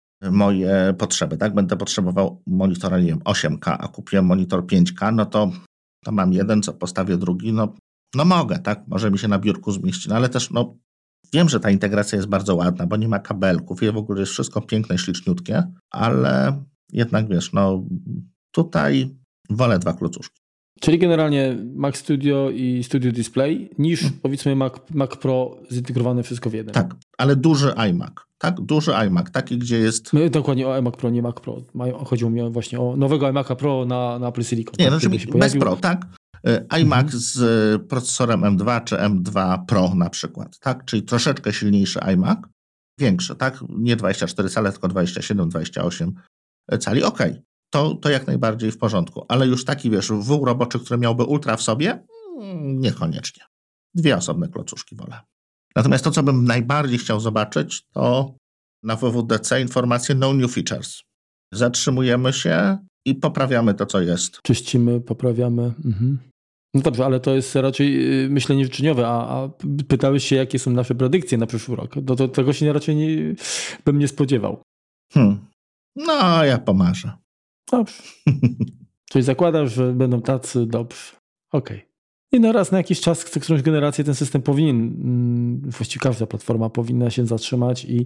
moje potrzeby, tak, będę potrzebował monitora, nie wiem, osiem K, a kupiłem monitor pięć K, no to, to mam jeden, co postawię drugi, no, no mogę, tak, może mi się na biurku zmieści, no ale też, no, wiem, że ta integracja jest bardzo ładna, bo nie ma kabelków i w ogóle jest wszystko piękne, śliczniutkie, ale jednak, wiesz, no, tutaj wolę dwa klocuszki. Czyli generalnie Mac Studio i Studio Display niż hmm. powiedzmy Mac, Mac Pro zintegrowane wszystko w jeden. Tak, ale duży iMac, tak? Duży iMac, taki, gdzie jest... No, dokładnie o iMac Pro, nie Mac Pro. Chodziło mi właśnie o nowego iMac'a Pro na, na Apple Silicon. Nie, tak, znaczy bez Pro, tak? iMac hmm. z procesorem M dwa czy M dwa Pro na przykład, tak? Czyli troszeczkę silniejszy iMac, większy, tak? Nie dwadzieścia cztery cale, tylko dwadzieścia siedem dwadzieścia osiem cali. Okej. Okay. To, to jak najbardziej w porządku. Ale już taki, wiesz, wół roboczy, który miałby ultra w sobie? Niekoniecznie. Dwie osobne klocuszki wolę. Natomiast to, co bym najbardziej chciał zobaczyć, to na W W D C informacje no new features. Zatrzymujemy się i poprawiamy to, co jest. Czyścimy, poprawiamy. Mhm. No dobrze, ale to jest raczej myślenie życzeniowe, a, a pytałeś się, jakie są nasze predykcje na przyszły rok. No to tego się raczej nie, bym nie spodziewał. Hmm. No, ja pomarzę. Dobrze. Czyli zakładasz, że będą tacy dobrzy. Okej. Okay. I no raz na jakiś czas, co którąś generację ten system powinien, właściwie każda platforma powinna się zatrzymać i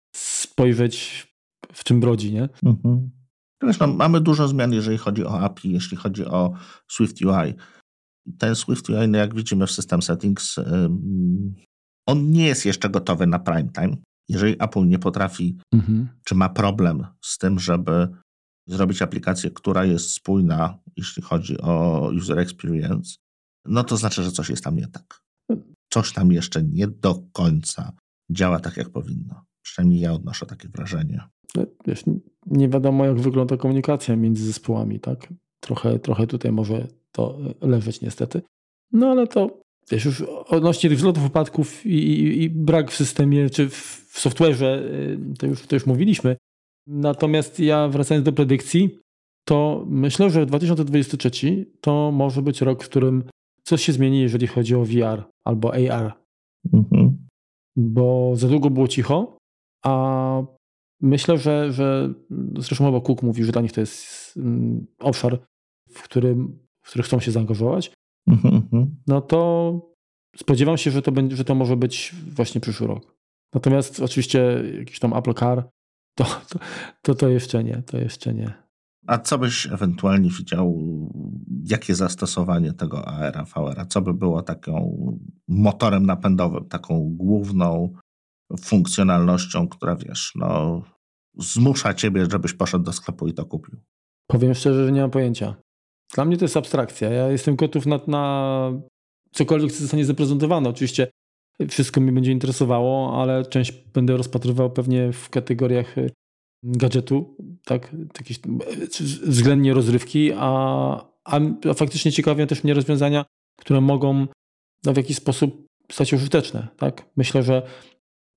spojrzeć, w czym brodzi, nie? Mhm. Wiesz, no, mamy dużo zmian, jeżeli chodzi o A P I, jeśli chodzi o Swift U I. Ten Swift U I, no jak widzimy w System Settings, um, on nie jest jeszcze gotowy na prime time. Jeżeli Apple nie potrafi, mhm. czy ma problem z tym, żeby zrobić aplikację, która jest spójna, jeśli chodzi o user experience, no to znaczy, że coś jest tam nie tak. Coś tam jeszcze nie do końca działa tak, jak powinno. Przynajmniej ja odnoszę takie wrażenie. Wiesz, nie wiadomo, jak wygląda komunikacja między zespołami, tak? Trochę, trochę tutaj może to leżeć niestety. No ale to, wiesz, już odnośnie tych wzlotów, wypadków i, i, i brak w systemie, czy w, w software'ze, to już, to już mówiliśmy. Natomiast ja, wracając do predykcji, to myślę, że dwa tysiące dwudziesty trzeci to może być rok, w którym coś się zmieni, jeżeli chodzi o V R albo A R. Mhm. Bo za długo było cicho, a myślę, że, że zresztą chyba Cook mówi, że dla nich to jest obszar, w którym, w który chcą się zaangażować. Mhm. No to spodziewam się, że to, będzie, że to może być właśnie przyszły rok. Natomiast oczywiście jakiś tam Apple Car To, to, to, to jeszcze nie, to jeszcze nie. A co byś ewentualnie widział, jakie zastosowanie tego A R-a, V R-a? Co by było taką motorem napędowym, taką główną funkcjonalnością, która, wiesz, no, zmusza ciebie, żebyś poszedł do sklepu i to kupił? Powiem szczerze, że nie mam pojęcia. Dla mnie to jest abstrakcja. Ja jestem gotów na, na cokolwiek, co zostanie zaprezentowane. Oczywiście wszystko mnie będzie interesowało, ale część będę rozpatrywał pewnie w kategoriach gadżetu, tak, jakieś względnie rozrywki, a, a, a faktycznie ciekawią też mnie rozwiązania, które mogą no, w jakiś sposób stać się użyteczne. Tak? Myślę, że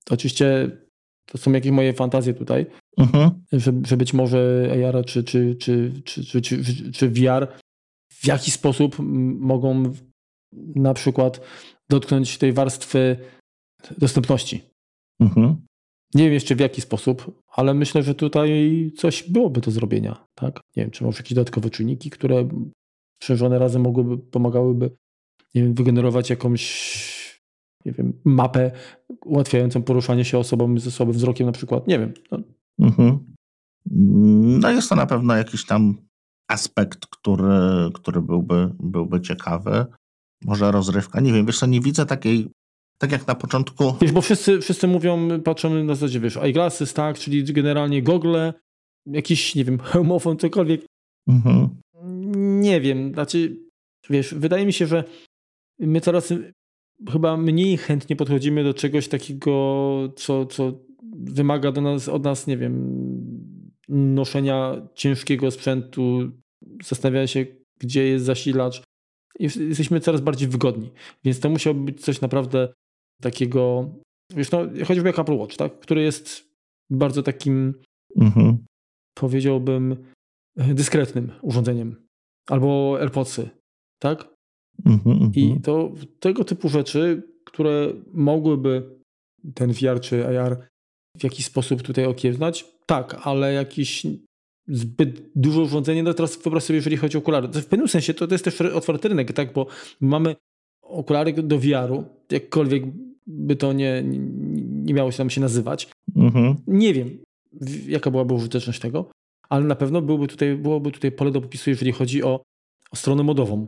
oczywiście to są jakieś moje fantazje tutaj, Mhm. że, że być może A R czy, czy, czy, czy, czy, czy, czy V R w jakiś sposób mogą na przykład dotknąć tej warstwy dostępności. Mhm. Nie wiem jeszcze w jaki sposób, ale myślę, że tutaj coś byłoby do zrobienia. Tak? Nie wiem, czy może jakieś dodatkowe czynniki, które sprzężone razem mogłyby, pomagałyby, nie wiem, wygenerować jakąś, nie wiem, mapę ułatwiającą poruszanie się osobom ze słabym wzrokiem na przykład. Nie wiem. No. Mhm. No jest to na pewno jakiś tam aspekt, który, który byłby, byłby ciekawy. Może rozrywka. Nie wiem, wiesz co, nie widzę takiej, tak jak na początku... Wiesz, bo wszyscy, wszyscy mówią, patrzą na zasadzie, wiesz, eyeglasses, tak, czyli generalnie gogle, jakiś, nie wiem, hełmofon, cokolwiek. Mhm. Nie wiem, znaczy, wiesz, wydaje mi się, że my coraz chyba mniej chętnie podchodzimy do czegoś takiego, co, co wymaga do nas, od nas, nie wiem, noszenia ciężkiego sprzętu, zastanawiania się, gdzie jest zasilacz. I jesteśmy coraz bardziej wygodni. Więc to musiało być coś naprawdę takiego, wiesz, no, choćby jak Apple Watch, tak? Który jest bardzo takim, Mhm. powiedziałbym, dyskretnym urządzeniem. Albo AirPodsy, tak? Mhm, I mhm. to tego typu rzeczy, które mogłyby ten V R czy A R w jakiś sposób tutaj okiełznać, tak, ale jakiś zbyt duże urządzenie, no teraz wyobraź sobie, jeżeli chodzi o okulary. W pewnym sensie to, to jest też otwarty rynek, tak, bo mamy okulary do V R-u, jakkolwiek by to nie, nie, nie miało się tam się nazywać. Mhm. Nie wiem, jaka byłaby użyteczność tego, ale na pewno byłoby tutaj, byłoby tutaj pole do popisu, jeżeli chodzi o, o stronę modową.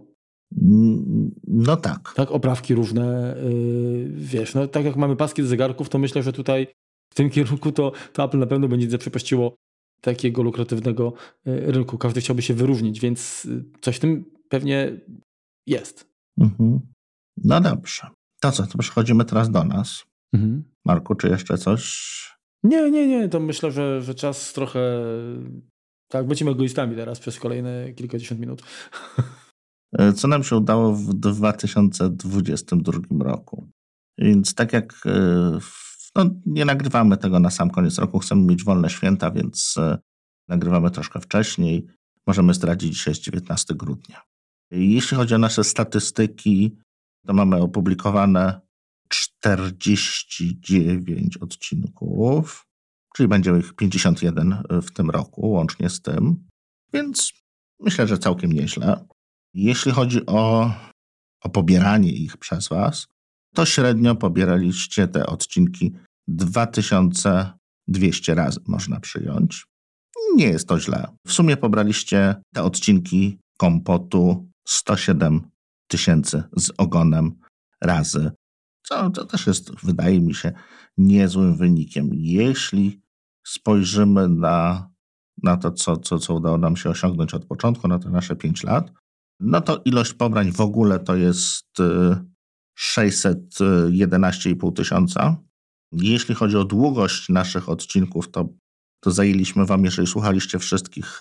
No tak. Tak, oprawki różne, yy, wiesz, no tak jak mamy paski do zegarków, to myślę, że tutaj w tym kierunku to, to Apple na pewno będzie zaprzepaściło takiego lukratywnego rynku. Każdy chciałby się wyróżnić, więc coś w tym pewnie jest. Mhm. No dobrze. To co, to przechodzimy teraz do nas. Mhm. Marku, czy jeszcze coś? Nie, nie, nie, to myślę, że, że czas trochę, tak, będziemy egoistami teraz przez kolejne kilkadziesiąt minut. Co nam się udało w dwa tysiące dwudziestym drugim roku. Więc tak jak no, nie nagrywamy tego na sam koniec roku, chcemy mieć wolne święta, więc nagrywamy troszkę wcześniej. Możemy zdradzić, dzisiaj jest dziewiętnastego grudnia. Jeśli chodzi o nasze statystyki, to mamy opublikowane czterdzieści dziewięć odcinków, czyli będzie ich pięćdziesiąt jeden w tym roku, łącznie z tym. Więc myślę, że całkiem nieźle. Jeśli chodzi o, o pobieranie ich przez was, to średnio pobieraliście te odcinki dwa tysiące dwieście razy, można przyjąć. Nie jest to źle. W sumie pobraliście te odcinki Kompotu sto siedem tysięcy z ogonem razy, co to też jest, wydaje mi się, niezłym wynikiem. Jeśli spojrzymy na, na to, co, co, co udało nam się osiągnąć od początku, na te nasze pięć lat, no to ilość pobrań w ogóle to jest sześćset jedenaście i pół tysiąca. Jeśli chodzi o długość naszych odcinków, to, to zajęliśmy wam, jeżeli słuchaliście wszystkich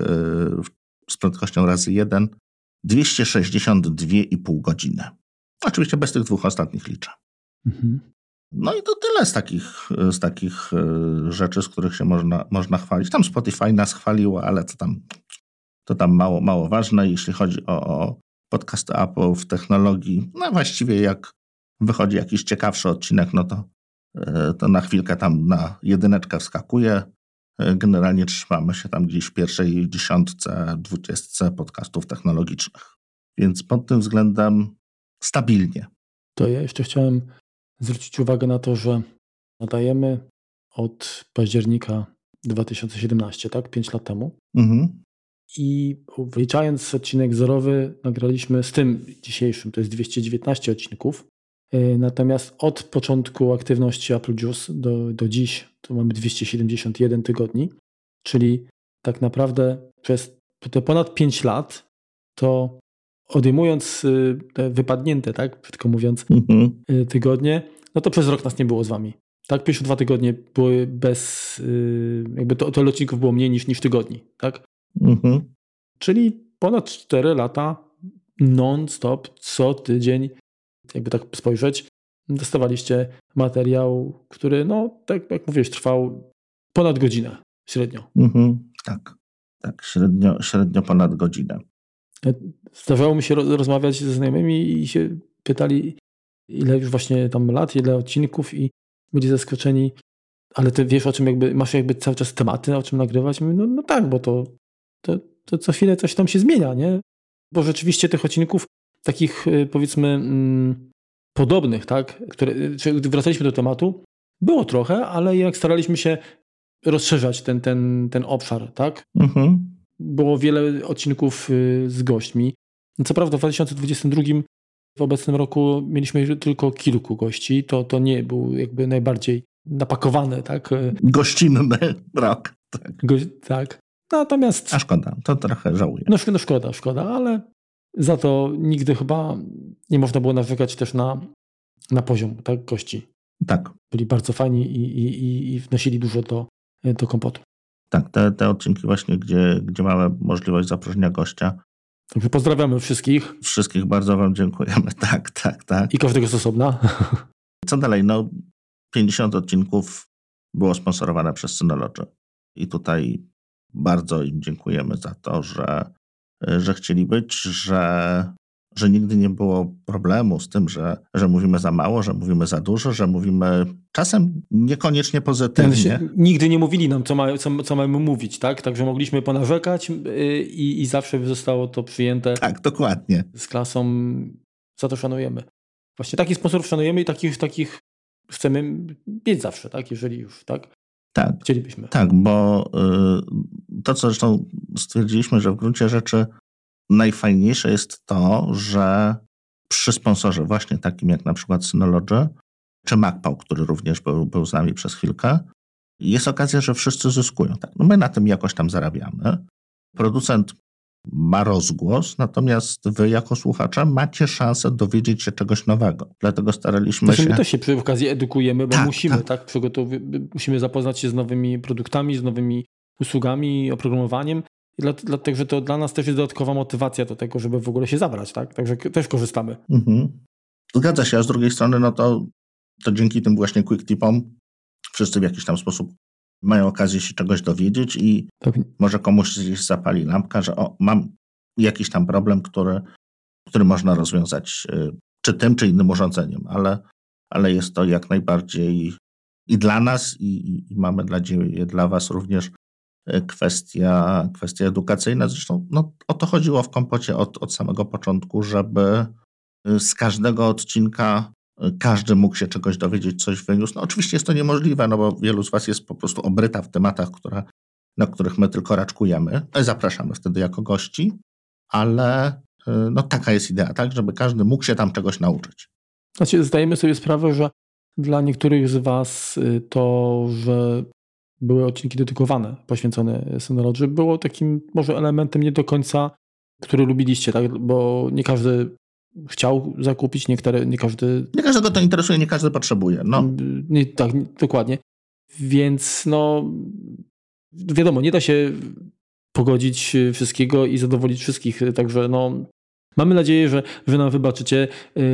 z prędkością razy jeden, dwieście sześćdziesiąt dwie i pół godziny. Oczywiście bez tych dwóch ostatnich liczę. Mhm. No i to tyle z takich, z takich rzeczy, z których się można, można chwalić. Tam Spotify nas chwaliło, ale to tam... To tam mało, mało ważne, jeśli chodzi o, o podcast Apple w technologii. No właściwie jak wychodzi jakiś ciekawszy odcinek, no to, to na chwilkę tam na jedyneczkę wskakuje. Generalnie trzymamy się tam gdzieś w pierwszej dziesiątce, dwudziestce podcastów technologicznych. Więc pod tym względem stabilnie. To ja jeszcze chciałem zwrócić uwagę na to, że nadajemy od października dwa tysiące siedemnastego, tak? Pięć lat temu. Mhm. I wliczając odcinek zerowy, nagraliśmy z tym dzisiejszym, to jest dwieście dziewiętnaście odcinków. Natomiast od początku aktywności Apple Juice do, do dziś to mamy dwieście siedemdziesiąt jeden tygodni, czyli tak naprawdę przez te ponad pięć lat to odejmując te wypadnięte, tak, brzydko mówiąc, mhm. tygodnie, no to przez rok nas nie było z wami. Tak, pierwsze dwa tygodnie były bez, jakby to, to odcinków było mniej niż, niż tygodni, tak? Mhm. Czyli ponad cztery lata non-stop, co tydzień, jakby tak spojrzeć, dostawaliście materiał, który, no, tak jak mówiłeś, trwał ponad godzinę średnio. Mhm, tak, tak, średnio, średnio ponad godzinę. Zdarzało mi się rozmawiać ze znajomymi i się pytali, ile już właśnie tam lat, ile odcinków i byli zaskoczeni. Ale ty wiesz, o czym jakby, masz jakby cały czas tematy, o czym nagrywać? Mówię, no, no tak, bo to, to, to co chwilę coś tam się zmienia, nie? Bo rzeczywiście tych odcinków takich, powiedzmy, mm, podobnych, tak, które, czy wracaliśmy do tematu, było trochę, ale jak staraliśmy się rozszerzać ten, ten, ten obszar, tak? Mhm. Było wiele odcinków z gośćmi. Co prawda w dwa tysiące dwudziestym drugim w obecnym roku mieliśmy tylko kilku gości. To, to nie był jakby najbardziej napakowany, tak? Gościnny rok. Tak. Go, tak. Natomiast... A szkoda, to trochę żałuję. No, no szkoda, szkoda, ale za to nigdy chyba nie można było narzekać też na, na poziom, tak, gości. Tak. Byli bardzo fajni i, i, i wnosili dużo do, do kompotu. Tak, te, te odcinki właśnie, gdzie, gdzie mamy możliwość zaproszenia gościa. Także pozdrawiamy wszystkich. Wszystkich bardzo wam dziękujemy. Tak, tak, tak. I każdego z osobna. Co dalej? No, pięćdziesiąt odcinków było sponsorowane przez Synology. I tutaj bardzo im dziękujemy za to, że, że chcieli być, że, że nigdy nie było problemu z tym, że, że mówimy za mało, że mówimy za dużo, że mówimy czasem niekoniecznie pozytywnie. Nigdy nie mówili nam, co, ma, co, co mamy mówić, tak? Także mogliśmy ponarzekać i, i zawsze zostało to przyjęte. Tak, dokładnie. Z klasą. Za to szanujemy. Właśnie takich sponsorów szanujemy i takich, takich chcemy mieć zawsze, tak? Jeżeli już, tak? Tak. Chcielibyśmy. Tak, bo y, to, co zresztą stwierdziliśmy, że w gruncie rzeczy najfajniejsze jest to, że przy sponsorze właśnie takim jak na przykład Synology, czy MacPow, który również był, był z nami przez chwilkę, jest okazja, że wszyscy zyskują. Tak, no my na tym jakoś tam zarabiamy. Producent ma rozgłos, natomiast wy jako słuchacze macie szansę dowiedzieć się czegoś nowego. Dlatego staraliśmy Zresztą się... My też się przy okazji edukujemy, bo tak, musimy, tak, tak przygotowy... musimy zapoznać się z nowymi produktami, z nowymi usługami, oprogramowaniem. I dlatego, że to dla nas też jest dodatkowa motywacja do tego, żeby w ogóle się zabrać, tak? Także też korzystamy. Mhm. Zgadza się, a z drugiej strony, no to, to dzięki tym właśnie quick tipom wszyscy w jakiś tam sposób mają okazję się czegoś dowiedzieć i tak. Może komuś gdzieś zapali lampka, że o, mam jakiś tam problem, który, który można rozwiązać czy tym, czy innym urządzeniem, ale, ale jest to jak najbardziej i dla nas, i, i mamy nadzieję dla was również kwestia, kwestia edukacyjna. Zresztą no, o to chodziło w kompocie od, od samego początku, żeby z każdego odcinka każdy mógł się czegoś dowiedzieć, coś wyniósł. No oczywiście jest to niemożliwe, no bo wielu z was jest po prostu obryta w tematach, które, na których my tylko raczkujemy. Zapraszamy wtedy jako gości, ale no taka jest idea, tak, żeby każdy mógł się tam czegoś nauczyć. Znaczy, zdajemy sobie sprawę, że dla niektórych z was to, że były odcinki dedykowane, poświęcone Synology, było takim może elementem nie do końca, który lubiliście, tak, bo nie każdy chciał zakupić, niektóre, nie każdy... Nie każdego to interesuje, nie każdy potrzebuje. No. Nie, tak, nie, dokładnie. Więc no wiadomo, nie da się pogodzić wszystkiego i zadowolić wszystkich, także no mamy nadzieję, że, że nam wybaczycie,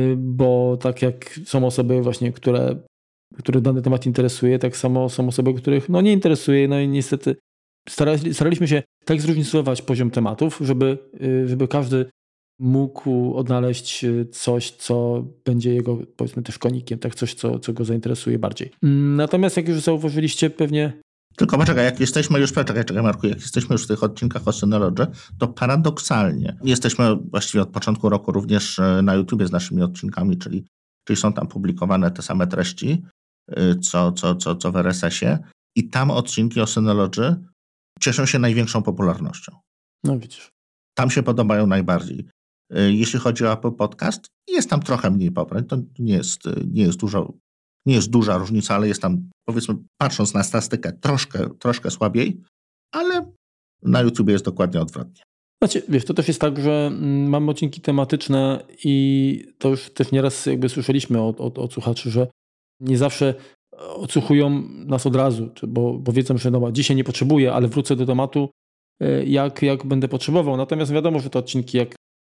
bo tak jak są osoby właśnie, które, które dany temat interesuje, tak samo są osoby, których no nie interesuje, no i niestety starali, staraliśmy się tak zróżnicować poziom tematów, żeby, żeby każdy mógł odnaleźć coś, co będzie jego, powiedzmy, też konikiem, tak, coś, co, co go zainteresuje bardziej. Natomiast jak już zauważyliście, pewnie... Tylko poczekaj, jak jesteśmy już, poczekaj, czekaj Marku, jak jesteśmy już w tych odcinkach o Synology, to paradoksalnie jesteśmy właściwie od początku roku również na YouTubie z naszymi odcinkami, czyli, czyli są tam publikowane te same treści, co, co, co, co w R S S-ie i tam odcinki o Synology cieszą się największą popularnością. No widzisz. Tam się podobają najbardziej. Jeśli chodzi o Apple Podcast, jest tam trochę mniej pobrań. To nie jest, nie jest, dużo, nie jest duża różnica, ale jest tam, powiedzmy, patrząc na statystykę, troszkę, troszkę słabiej, ale na YouTubie jest dokładnie odwrotnie. Znaczy, wiesz, to też jest tak, że mamy odcinki tematyczne i to już też nieraz jakby słyszeliśmy od, od, od słuchaczy, że nie zawsze odsłuchują nas od razu, bo, bo wiedzą, że no, dzisiaj nie potrzebuję, ale wrócę do tematu, jak, jak będę potrzebował. Natomiast wiadomo, że te odcinki, jak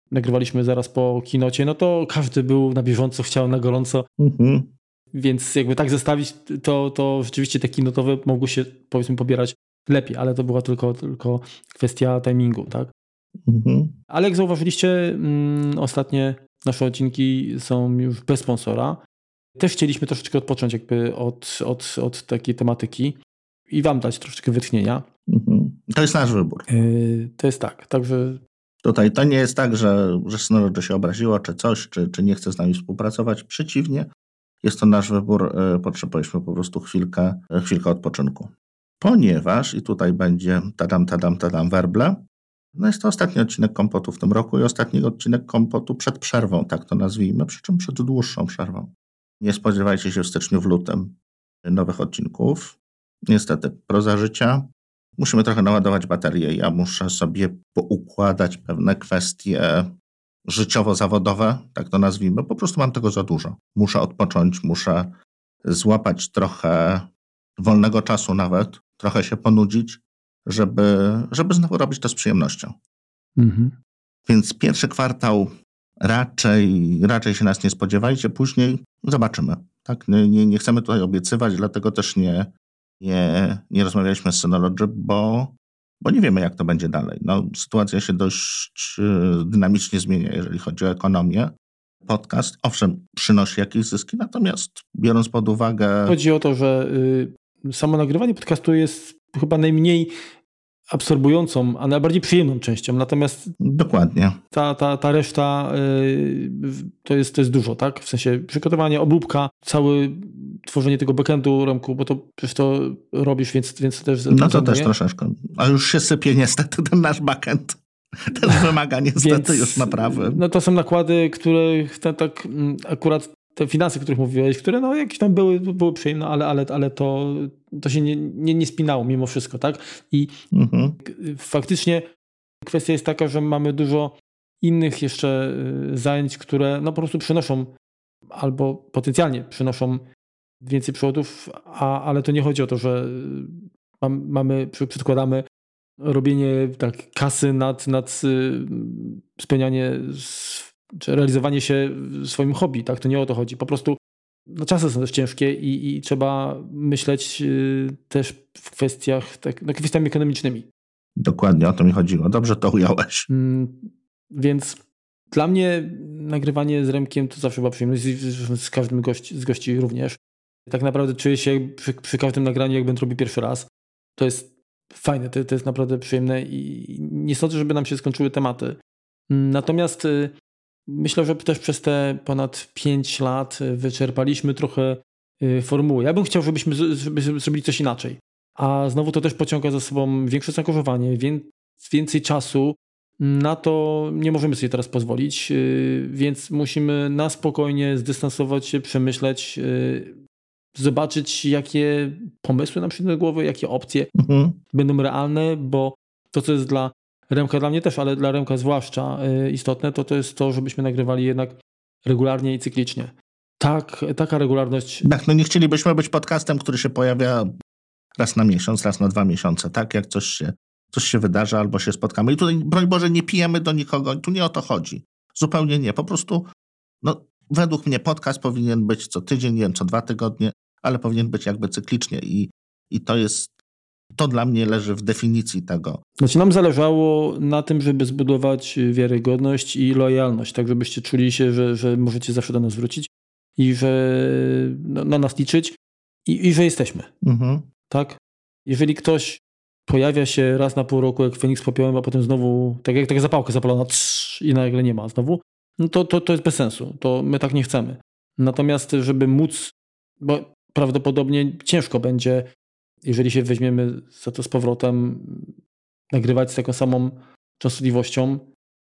nagrywaliśmy zaraz po kinocie, no to każdy był na bieżąco, chciał na gorąco. Mhm. Więc jakby tak zestawić, to, to rzeczywiście te kinotowe mogły się, powiedzmy, pobierać lepiej, ale to była tylko, tylko kwestia timingu, tak? Mhm. Ale jak zauważyliście, mm, ostatnie nasze odcinki są już bez sponsora. Też chcieliśmy troszeczkę odpocząć jakby od, od, od takiej tematyki i wam dać troszeczkę wytchnienia. Mhm. To jest nasz wybór. Yy, to jest tak, także... Tutaj to nie jest tak, że, że Synology się obraziło, czy coś, czy, czy nie chce z nami współpracować. Przeciwnie, jest to nasz wybór. Potrzebowaliśmy po prostu chwilkę, chwilkę odpoczynku. Ponieważ, i tutaj będzie tadam, tadam, tadam, werble, no jest to ostatni odcinek Kompotu w tym roku i ostatni odcinek Kompotu przed przerwą, tak to nazwijmy, przy czym przed dłuższą przerwą. Nie spodziewajcie się w styczniu, w lutym nowych odcinków. Niestety, proza życia. Musimy trochę naładować baterię. Ja muszę sobie poukładać pewne kwestie życiowo-zawodowe, tak to nazwijmy. Po prostu mam tego za dużo. Muszę odpocząć, muszę złapać trochę wolnego czasu nawet, trochę się ponudzić, żeby, żeby znowu robić to z przyjemnością. Mhm. Więc pierwszy kwartał raczej, raczej się nas nie spodziewajcie, później zobaczymy. Tak? Nie, nie, nie chcemy tutaj obiecywać, dlatego też nie, nie, nie rozmawialiśmy z Synology, bo, bo nie wiemy, jak to będzie dalej. No, sytuacja się dość dynamicznie zmienia, jeżeli chodzi o ekonomię. Podcast, owszem, przynosi jakieś zyski, natomiast biorąc pod uwagę... Chodzi o to, że y, samo nagrywanie podcastu jest chyba najmniej absorbującą, a najbardziej przyjemną częścią. Natomiast Dokładnie. Ta, ta, ta reszta y, to, jest, to jest dużo, tak? W sensie przygotowanie, obróbka, całe tworzenie tego backendu, Remku, bo to przecież to robisz, więc, więc też... No to zajmuje. Też troszeczkę. A już się sypie niestety ten nasz backend. Też wymaga niestety więc, już naprawy. No to są nakłady, które te, tak akurat te finanse, o których mówiłeś, które no jakieś tam były, były przyjemne, ale, ale, ale to, to się nie, nie, nie spinało mimo wszystko, tak? I mhm. faktycznie kwestia jest taka, że mamy dużo innych jeszcze zajęć, które no po prostu przynoszą albo potencjalnie przynoszą więcej przychodów, a, ale to nie chodzi o to, że mam, mamy, przedkładamy robienie tak kasy nad, nad spełnianie czy realizowanie się w swoim hobby, tak? To nie o to chodzi. Po prostu no, czasy są też ciężkie i, i trzeba myśleć y, też w kwestiach, tak, no, kwestiami ekonomicznymi. Dokładnie o to mi chodziło. Dobrze to ująłeś. Mm, więc dla mnie nagrywanie z Remkiem to zawsze była przyjemność, z, z każdym gości, z gości również. Tak naprawdę czuję się przy, przy każdym nagraniu, jak będę robił pierwszy raz. To jest fajne, to, to jest naprawdę przyjemne i nie sądzę, żeby nam się skończyły tematy. Natomiast y, myślę, że też przez te ponad pięć lat wyczerpaliśmy trochę y, formułę. Ja bym chciał, żebyśmy z, żeby zrobili coś inaczej. A znowu to też pociąga za sobą większe zaangażowanie, wię, więcej czasu. Na to nie możemy sobie teraz pozwolić, y, więc musimy na spokojnie zdystansować się, przemyśleć, y, zobaczyć, jakie pomysły nam przyjdą do głowy, jakie opcje mhm. będą realne, bo to, co jest dla Remka, dla mnie też, ale dla Remka zwłaszcza y, istotne, to to jest to, żebyśmy nagrywali jednak regularnie i cyklicznie. Tak, taka regularność... Tak, no nie chcielibyśmy być podcastem, który się pojawia raz na miesiąc, raz na dwa miesiące, tak? Jak coś się, coś się wydarzy albo się spotkamy. I tutaj, broń Boże, nie pijemy do nikogo, tu nie o to chodzi. Zupełnie nie. Po prostu, no, według mnie podcast powinien być co tydzień, nie wiem, co dwa tygodnie, ale powinien być jakby cyklicznie i, i to jest, to dla mnie leży w definicji tego. Znaczy nam zależało na tym, żeby zbudować wiarygodność i lojalność, tak żebyście czuli się, że, że możecie zawsze do nas wrócić i że no, na nas liczyć i, i że jesteśmy. Mhm. Tak? Jeżeli ktoś pojawia się raz na pół roku jak Feniks popiołem, a potem znowu, tak jak taka zapałka zapalona trz, i nagle nie ma znowu, no to, to, to jest bez sensu. To my tak nie chcemy. Natomiast żeby móc, bo prawdopodobnie ciężko będzie, jeżeli się weźmiemy za to z powrotem, nagrywać z taką samą częstotliwością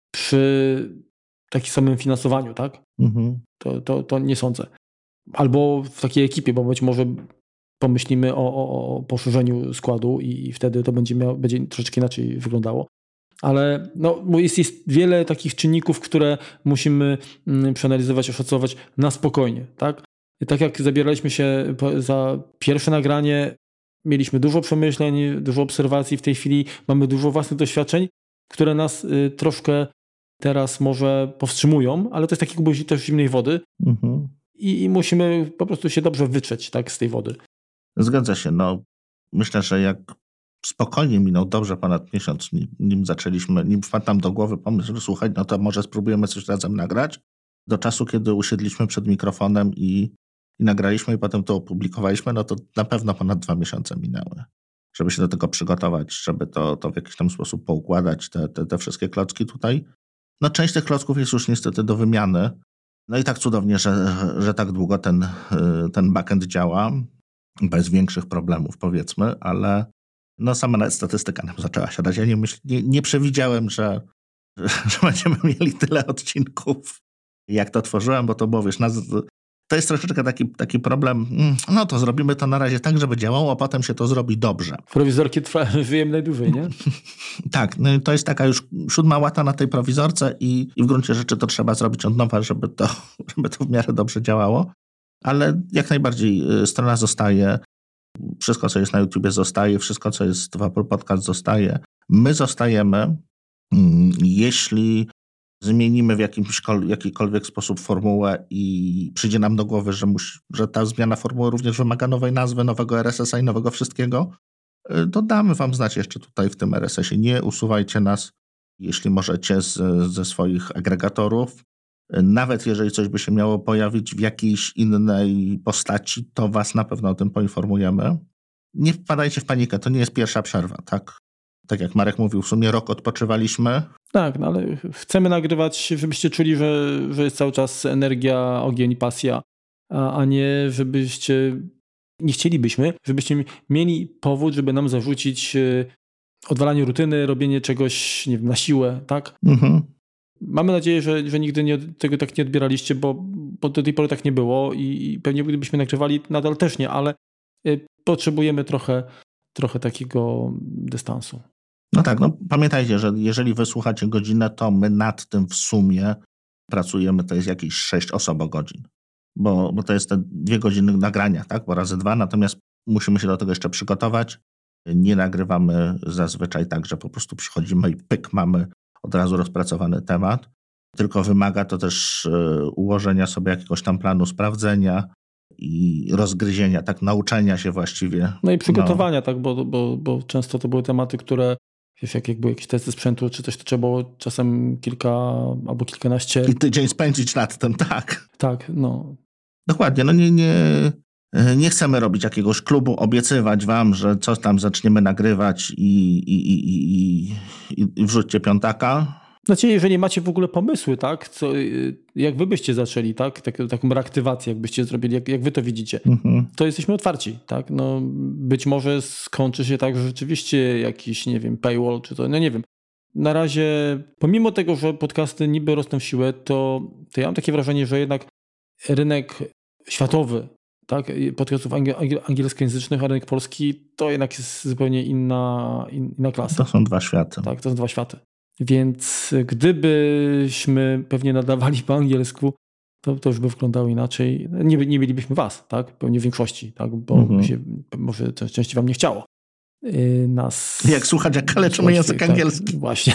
przy takim samym finansowaniu, tak? Mhm. To, to, to nie sądzę. Albo w takiej ekipie, bo być może pomyślimy o, o, o poszerzeniu składu i wtedy to będzie, miało, będzie troszeczkę inaczej wyglądało. Ale no, jest, jest wiele takich czynników, które musimy przeanalizować, oszacować na spokojnie, tak? I tak jak zabieraliśmy się za pierwsze nagranie, mieliśmy dużo przemyśleń, dużo obserwacji, w tej chwili mamy dużo własnych doświadczeń, które nas y, troszkę teraz może powstrzymują, ale to jest taki kubeł też zimnej wody Mhm. i, i musimy po prostu się dobrze wytrzeć, tak, z tej wody. Zgadza się. No, myślę, że jak spokojnie minął dobrze ponad miesiąc, nim, nim zaczęliśmy, nim wpadł nam do głowy pomysł, że słuchaj, no to może spróbujemy coś razem nagrać, do czasu, kiedy usiedliśmy przed mikrofonem i, i nagraliśmy i potem to opublikowaliśmy, no to na pewno ponad dwa miesiące minęły. Żeby się do tego przygotować, żeby to, to w jakiś tam sposób poukładać, te, te, te wszystkie klocki tutaj. No część tych klocków jest już niestety do wymiany. No i tak cudownie, że, że tak długo ten, ten backend działa, bez większych problemów powiedzmy, ale no sama nawet statystyka nam zaczęła siadać. Ja nie, myśl, nie, nie przewidziałem, że, że, że będziemy mieli tyle odcinków, jak to tworzyłem, bo to było, wiesz, nas, to jest troszeczkę taki, taki problem, no to zrobimy to na razie tak, żeby działało, a potem się to zrobi dobrze. Prowizorki trwa, żyjemy najdłużej, nie? Tak, no to jest taka już siódma łata na tej prowizorce i, i w gruncie rzeczy to trzeba zrobić od nowa, żeby to, żeby to w miarę dobrze działało. Ale jak najbardziej strona zostaje, wszystko co jest na YouTubie zostaje, wszystko co jest w Apple Podcast zostaje. My zostajemy, jeśli zmienimy w jakimś, jakikolwiek sposób formułę i przyjdzie nam do głowy, że, musi, że ta zmiana formuły również wymaga nowej nazwy, nowego R S S a i nowego wszystkiego, to damy wam znać jeszcze tutaj w tym R S S ie. Nie usuwajcie nas, jeśli możecie, z, ze swoich agregatorów. Nawet jeżeli coś by się miało pojawić w jakiejś innej postaci, to was na pewno o tym poinformujemy. Nie wpadajcie w panikę, to nie jest pierwsza przerwa, tak? Tak jak Marek mówił, w sumie rok odpoczywaliśmy. Tak, no ale chcemy nagrywać, żebyście czuli, że, że jest cały czas energia, ogień, pasja, a, a nie żebyście, nie chcielibyśmy, żebyście mieli powód, żeby nam zarzucić odwalanie rutyny, robienie czegoś, nie wiem, na siłę, tak? Mhm. Mamy nadzieję, że, że nigdy nie, tego tak nie odbieraliście, bo, bo do tej pory tak nie było i, i pewnie gdybyśmy nagrywali, nadal też nie, ale y, potrzebujemy trochę, trochę takiego dystansu. No tak, no pamiętajcie, że jeżeli wysłuchacie godzinę, to my nad tym w sumie pracujemy, to jest jakieś sześć osobogodzin, bo, bo to jest te dwie godziny nagrania, tak, po razy dwa, natomiast musimy się do tego jeszcze przygotować. Nie nagrywamy zazwyczaj tak, że po prostu przychodzimy i pyk, mamy od razu rozpracowany temat, tylko wymaga to też ułożenia sobie jakiegoś tam planu sprawdzenia i rozgryzienia, tak, nauczenia się właściwie. No i przygotowania, no. tak, bo, bo, bo często to były tematy, które, wiesz, jak, jak były jakieś testy sprzętu, czy coś, to trzeba było czasem kilka albo kilkanaście... I tydzień spędzić nad tym, tak. Tak, no. Dokładnie, no nie, nie, nie chcemy robić jakiegoś klubu, obiecywać wam, że coś tam zaczniemy nagrywać i, i, i, i, i, i wrzućcie piątaka. Znaczy, jeżeli macie w ogóle pomysły, tak, co, jak wy byście zaczęli, tak, tak taką reaktywację, jakbyście zrobili, jak, jak wy to widzicie, mhm. to jesteśmy otwarci, tak, no być może skończy się tak, że rzeczywiście jakiś, nie wiem, paywall, czy to, no nie wiem. Na razie, pomimo tego, że podcasty niby rosną w siłę, to, to ja mam takie wrażenie, że jednak rynek światowy, tak, podcastów angielskojęzycznych, a rynek polski, to jednak jest zupełnie inna, inna klasa. To są dwa światy. Tak, to są dwa światy. Więc gdybyśmy pewnie nadawali po angielsku, to, to już by wyglądało inaczej. Nie, nie mielibyśmy was, tak? Pewnie w większości, tak? Bo mhm. się, może częściej wam nie chciało yy, nas... Jak słuchać, jak kaleczymy język tak, angielski. Właśnie.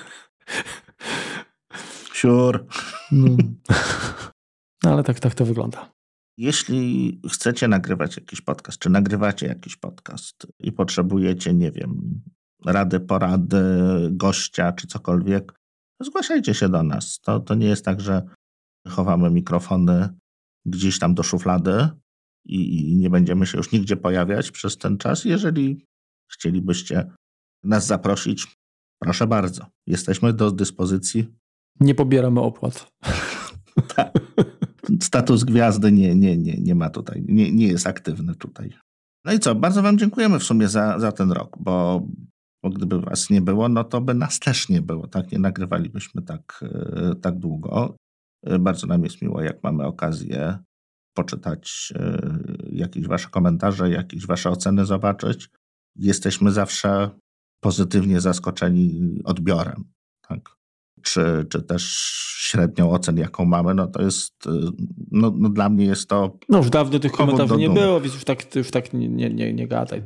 Sure. No. No, ale tak, tak to wygląda. Jeśli chcecie nagrywać jakiś podcast, czy nagrywacie jakiś podcast i potrzebujecie, nie wiem, rady, porady, gościa czy cokolwiek, zgłaszajcie się do nas. To, to nie jest tak, że chowamy mikrofony gdzieś tam do szuflady i, i nie będziemy się już nigdzie pojawiać przez ten czas. Jeżeli chcielibyście nas zaprosić, proszę bardzo. Jesteśmy do dyspozycji. Nie pobieramy opłat. Tak. Status gwiazdy nie, nie, nie, nie ma tutaj, nie, nie jest aktywny tutaj. No i co, bardzo wam dziękujemy w sumie za, za ten rok, bo Bo gdyby was nie było, no to by nas też nie było. Tak, nie nagrywalibyśmy tak, tak długo. Bardzo nam jest miło, jak mamy okazję poczytać jakieś wasze komentarze, jakieś wasze oceny zobaczyć. Jesteśmy zawsze pozytywnie zaskoczeni odbiorem. Tak? Czy, czy też średnią ocen, jaką mamy, no to jest, no, no dla mnie jest to... No już dawno tych komentarzy nie było, więc już tak, już tak nie, nie, nie gadaj tam.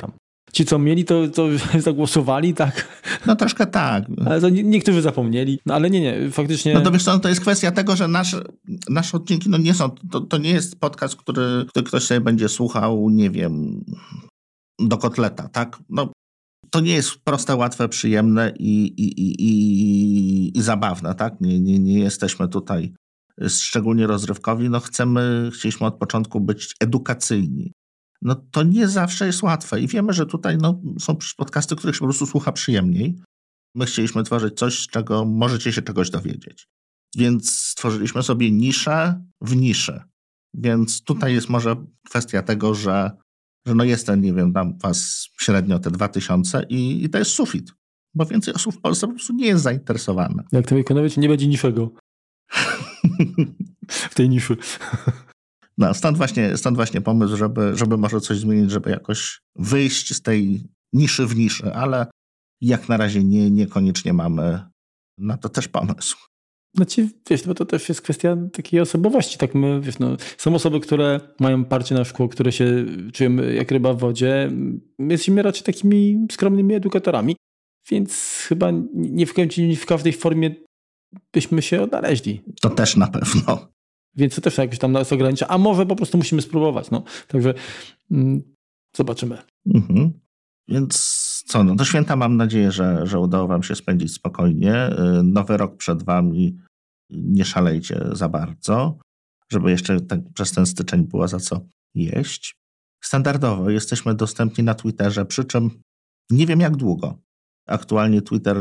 Ci, co mieli, to, to zagłosowali, tak? No troszkę tak. Ale to niektórzy zapomnieli. No ale nie, nie, faktycznie... No to wiesz co, to jest kwestia tego, że nasze, nasze odcinki no nie są, to, to nie jest podcast, który, który ktoś sobie będzie słuchał, nie wiem, do kotleta, tak? No to nie jest proste, łatwe, przyjemne i, i, i, i, i zabawne, tak? Nie, nie, nie jesteśmy tutaj szczególnie rozrywkowi, no chcemy, chcieliśmy od początku być edukacyjni. No to nie zawsze jest łatwe i wiemy, że tutaj no, są podcasty, których się po prostu słucha przyjemniej. My chcieliśmy tworzyć coś, z czego możecie się czegoś dowiedzieć. Więc stworzyliśmy sobie niszę w niszy. Więc tutaj jest może kwestia tego, że, że no jest ten, nie wiem, tam was średnio te dwa tysiące i, i to jest sufit. Bo więcej osób w Polsce po prostu nie jest zainteresowane. Jak to wykonywać, nie będzie niczego w tej niszy. No, stąd właśnie, stąd właśnie pomysł, żeby, żeby może coś zmienić, żeby jakoś wyjść z tej niszy w niszy, ale jak na razie nie, niekoniecznie mamy na to też pomysł. Znaczy, wiesz, bo to też jest kwestia takiej osobowości. Tak my, wiesz, no, są osoby, które mają parcie na szkło, które się czują jak ryba w wodzie. My jesteśmy raczej takimi skromnymi edukatorami, więc chyba nie w, nie w każdej formie byśmy się odnaleźli. To też na pewno. Więc to też jakoś tam nas ogranicza. A może po prostu musimy spróbować. No. Także mm, zobaczymy. Mhm. Więc co, no do święta mam nadzieję, że, że udało wam się spędzić spokojnie. Nowy rok przed wami. Nie szalejcie za bardzo, żeby jeszcze tak przez ten styczeń było za co jeść. Standardowo jesteśmy dostępni na Twitterze, przy czym nie wiem jak długo. Aktualnie Twitter,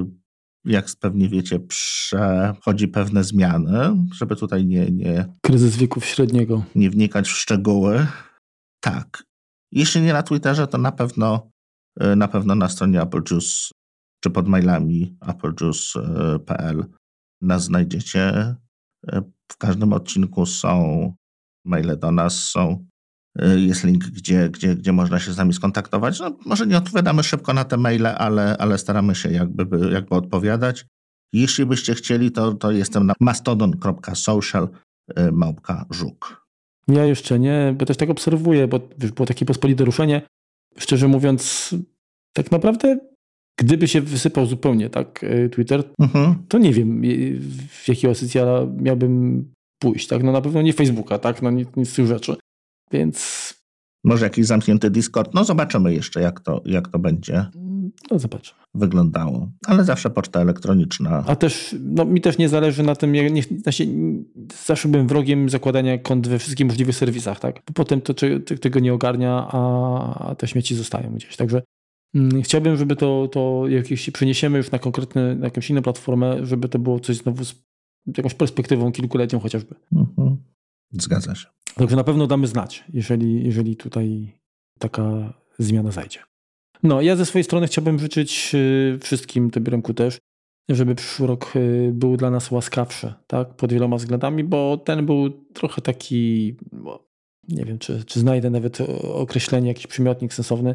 jak pewnie wiecie, przechodzi pewne zmiany, żeby tutaj nie... nie Kryzys wieku średniego. Nie wnikać w szczegóły. Tak. Jeśli nie na Twitterze, to na pewno na pewno na stronie Apple Juice czy pod mailami applejuice kropka p l nas znajdziecie. W każdym odcinku są maile do nas, są, jest link, gdzie, gdzie, gdzie można się z nami skontaktować. No, może nie odpowiadamy szybko na te maile, ale, ale staramy się jakby, jakby odpowiadać. Jeśli byście chcieli, to, to jestem na mastodon kropka social małpka żuk. Ja jeszcze nie, bo też tak obserwuję, bo wiesz, było takie pospolite ruszenie. Szczerze mówiąc, tak naprawdę, gdyby się wysypał zupełnie tak Twitter, mhm. to nie wiem, w jakiego socjala miałbym pójść. Tak? No na pewno nie Facebooka, tak? No nic, nic z tych rzeczy. Więc... Może jakiś zamknięty Discord? No zobaczymy jeszcze, jak to, jak to będzie no zobaczymy. wyglądało. Ale zawsze poczta elektroniczna. A też, no mi też nie zależy na tym, jak nie, znaczy, zawsze byłem wrogiem zakładania kont we wszystkich możliwych serwisach, tak? Bo potem to tego nie ogarnia, a te śmieci zostają gdzieś. Także hmm, chciałbym, żeby to, to jak się przeniesiemy już na konkretny, na jakąś inną platformę, żeby to było coś znowu z jakąś perspektywą kilkuletnią chociażby. Mhm. Zgadza się. Także na pewno damy znać, jeżeli, jeżeli tutaj taka zmiana zajdzie. No, ja ze swojej strony chciałbym życzyć wszystkim, tobie Remku też, żeby przyszły rok był dla nas łaskawszy, tak? Pod wieloma względami, bo ten był trochę taki, nie wiem, czy, czy znajdę nawet określenie, jakiś przymiotnik sensowny.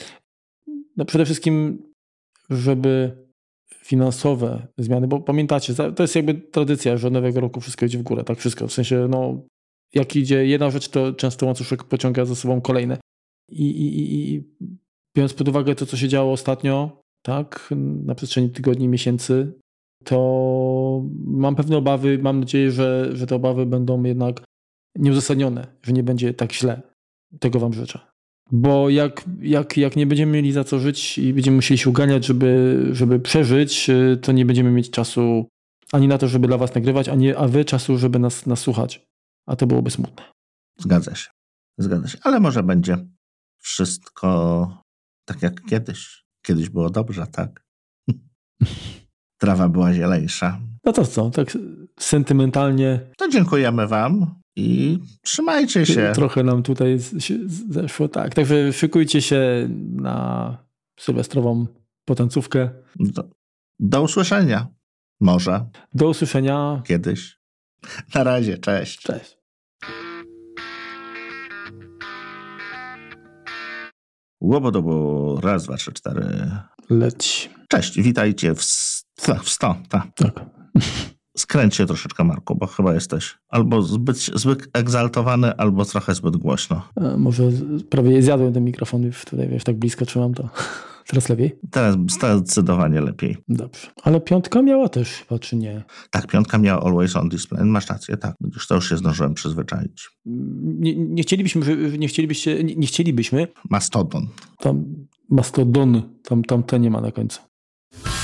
No przede wszystkim, żeby finansowe zmiany, bo pamiętacie, to jest jakby tradycja, że nowego roku wszystko idzie w górę, tak? Wszystko, w sensie, no, jak idzie jedna rzecz, to często łańcuszek pociąga za sobą kolejne. I, i, i biorąc pod uwagę to, co się działo ostatnio, tak, na przestrzeni tygodni, miesięcy, to mam pewne obawy, mam nadzieję, że, że te obawy będą jednak nieuzasadnione, że nie będzie tak źle. Tego wam życzę. Bo jak, jak, jak nie będziemy mieli za co żyć i będziemy musieli się uganiać, żeby, żeby przeżyć, to nie będziemy mieć czasu ani na to, żeby dla was nagrywać, ani, a wy czasu, żeby nas, nas słuchać. A to byłoby smutne. Zgadza się. Zgadza się. Ale może będzie wszystko tak jak kiedyś. Kiedyś było dobrze, tak? Trawa była zieleńsza. No to co, tak sentymentalnie. To dziękujemy wam i trzymajcie się. Trochę nam tutaj zeszło, tak. Także szykujcie się na sylwestrową potancówkę. Do, do usłyszenia. Może. Do usłyszenia. Kiedyś. Na razie, cześć. Cześć. Łobodobo, raz, dwa, trzy, cztery. Leć. Cześć, witajcie w sto. W sto tak. tak. Skręć się troszeczkę, Marku, bo chyba jesteś albo zbyt, zbyt egzaltowany, albo trochę zbyt głośno. A może prawie zjadłem ten mikrofon, już tutaj wiesz, tak blisko trzymam to. Teraz lepiej? Teraz zdecydowanie lepiej. Dobrze. Ale piątka miała też chyba, czy nie? Tak, piątka miała Always on Display. Masz rację, tak. Już to już się zdążyłem przyzwyczaić. Nie, nie chcielibyśmy, nie chcielibyście, nie, nie chcielibyśmy. Mastodon. Tam Mastodon, tam, tam te nie ma na końcu.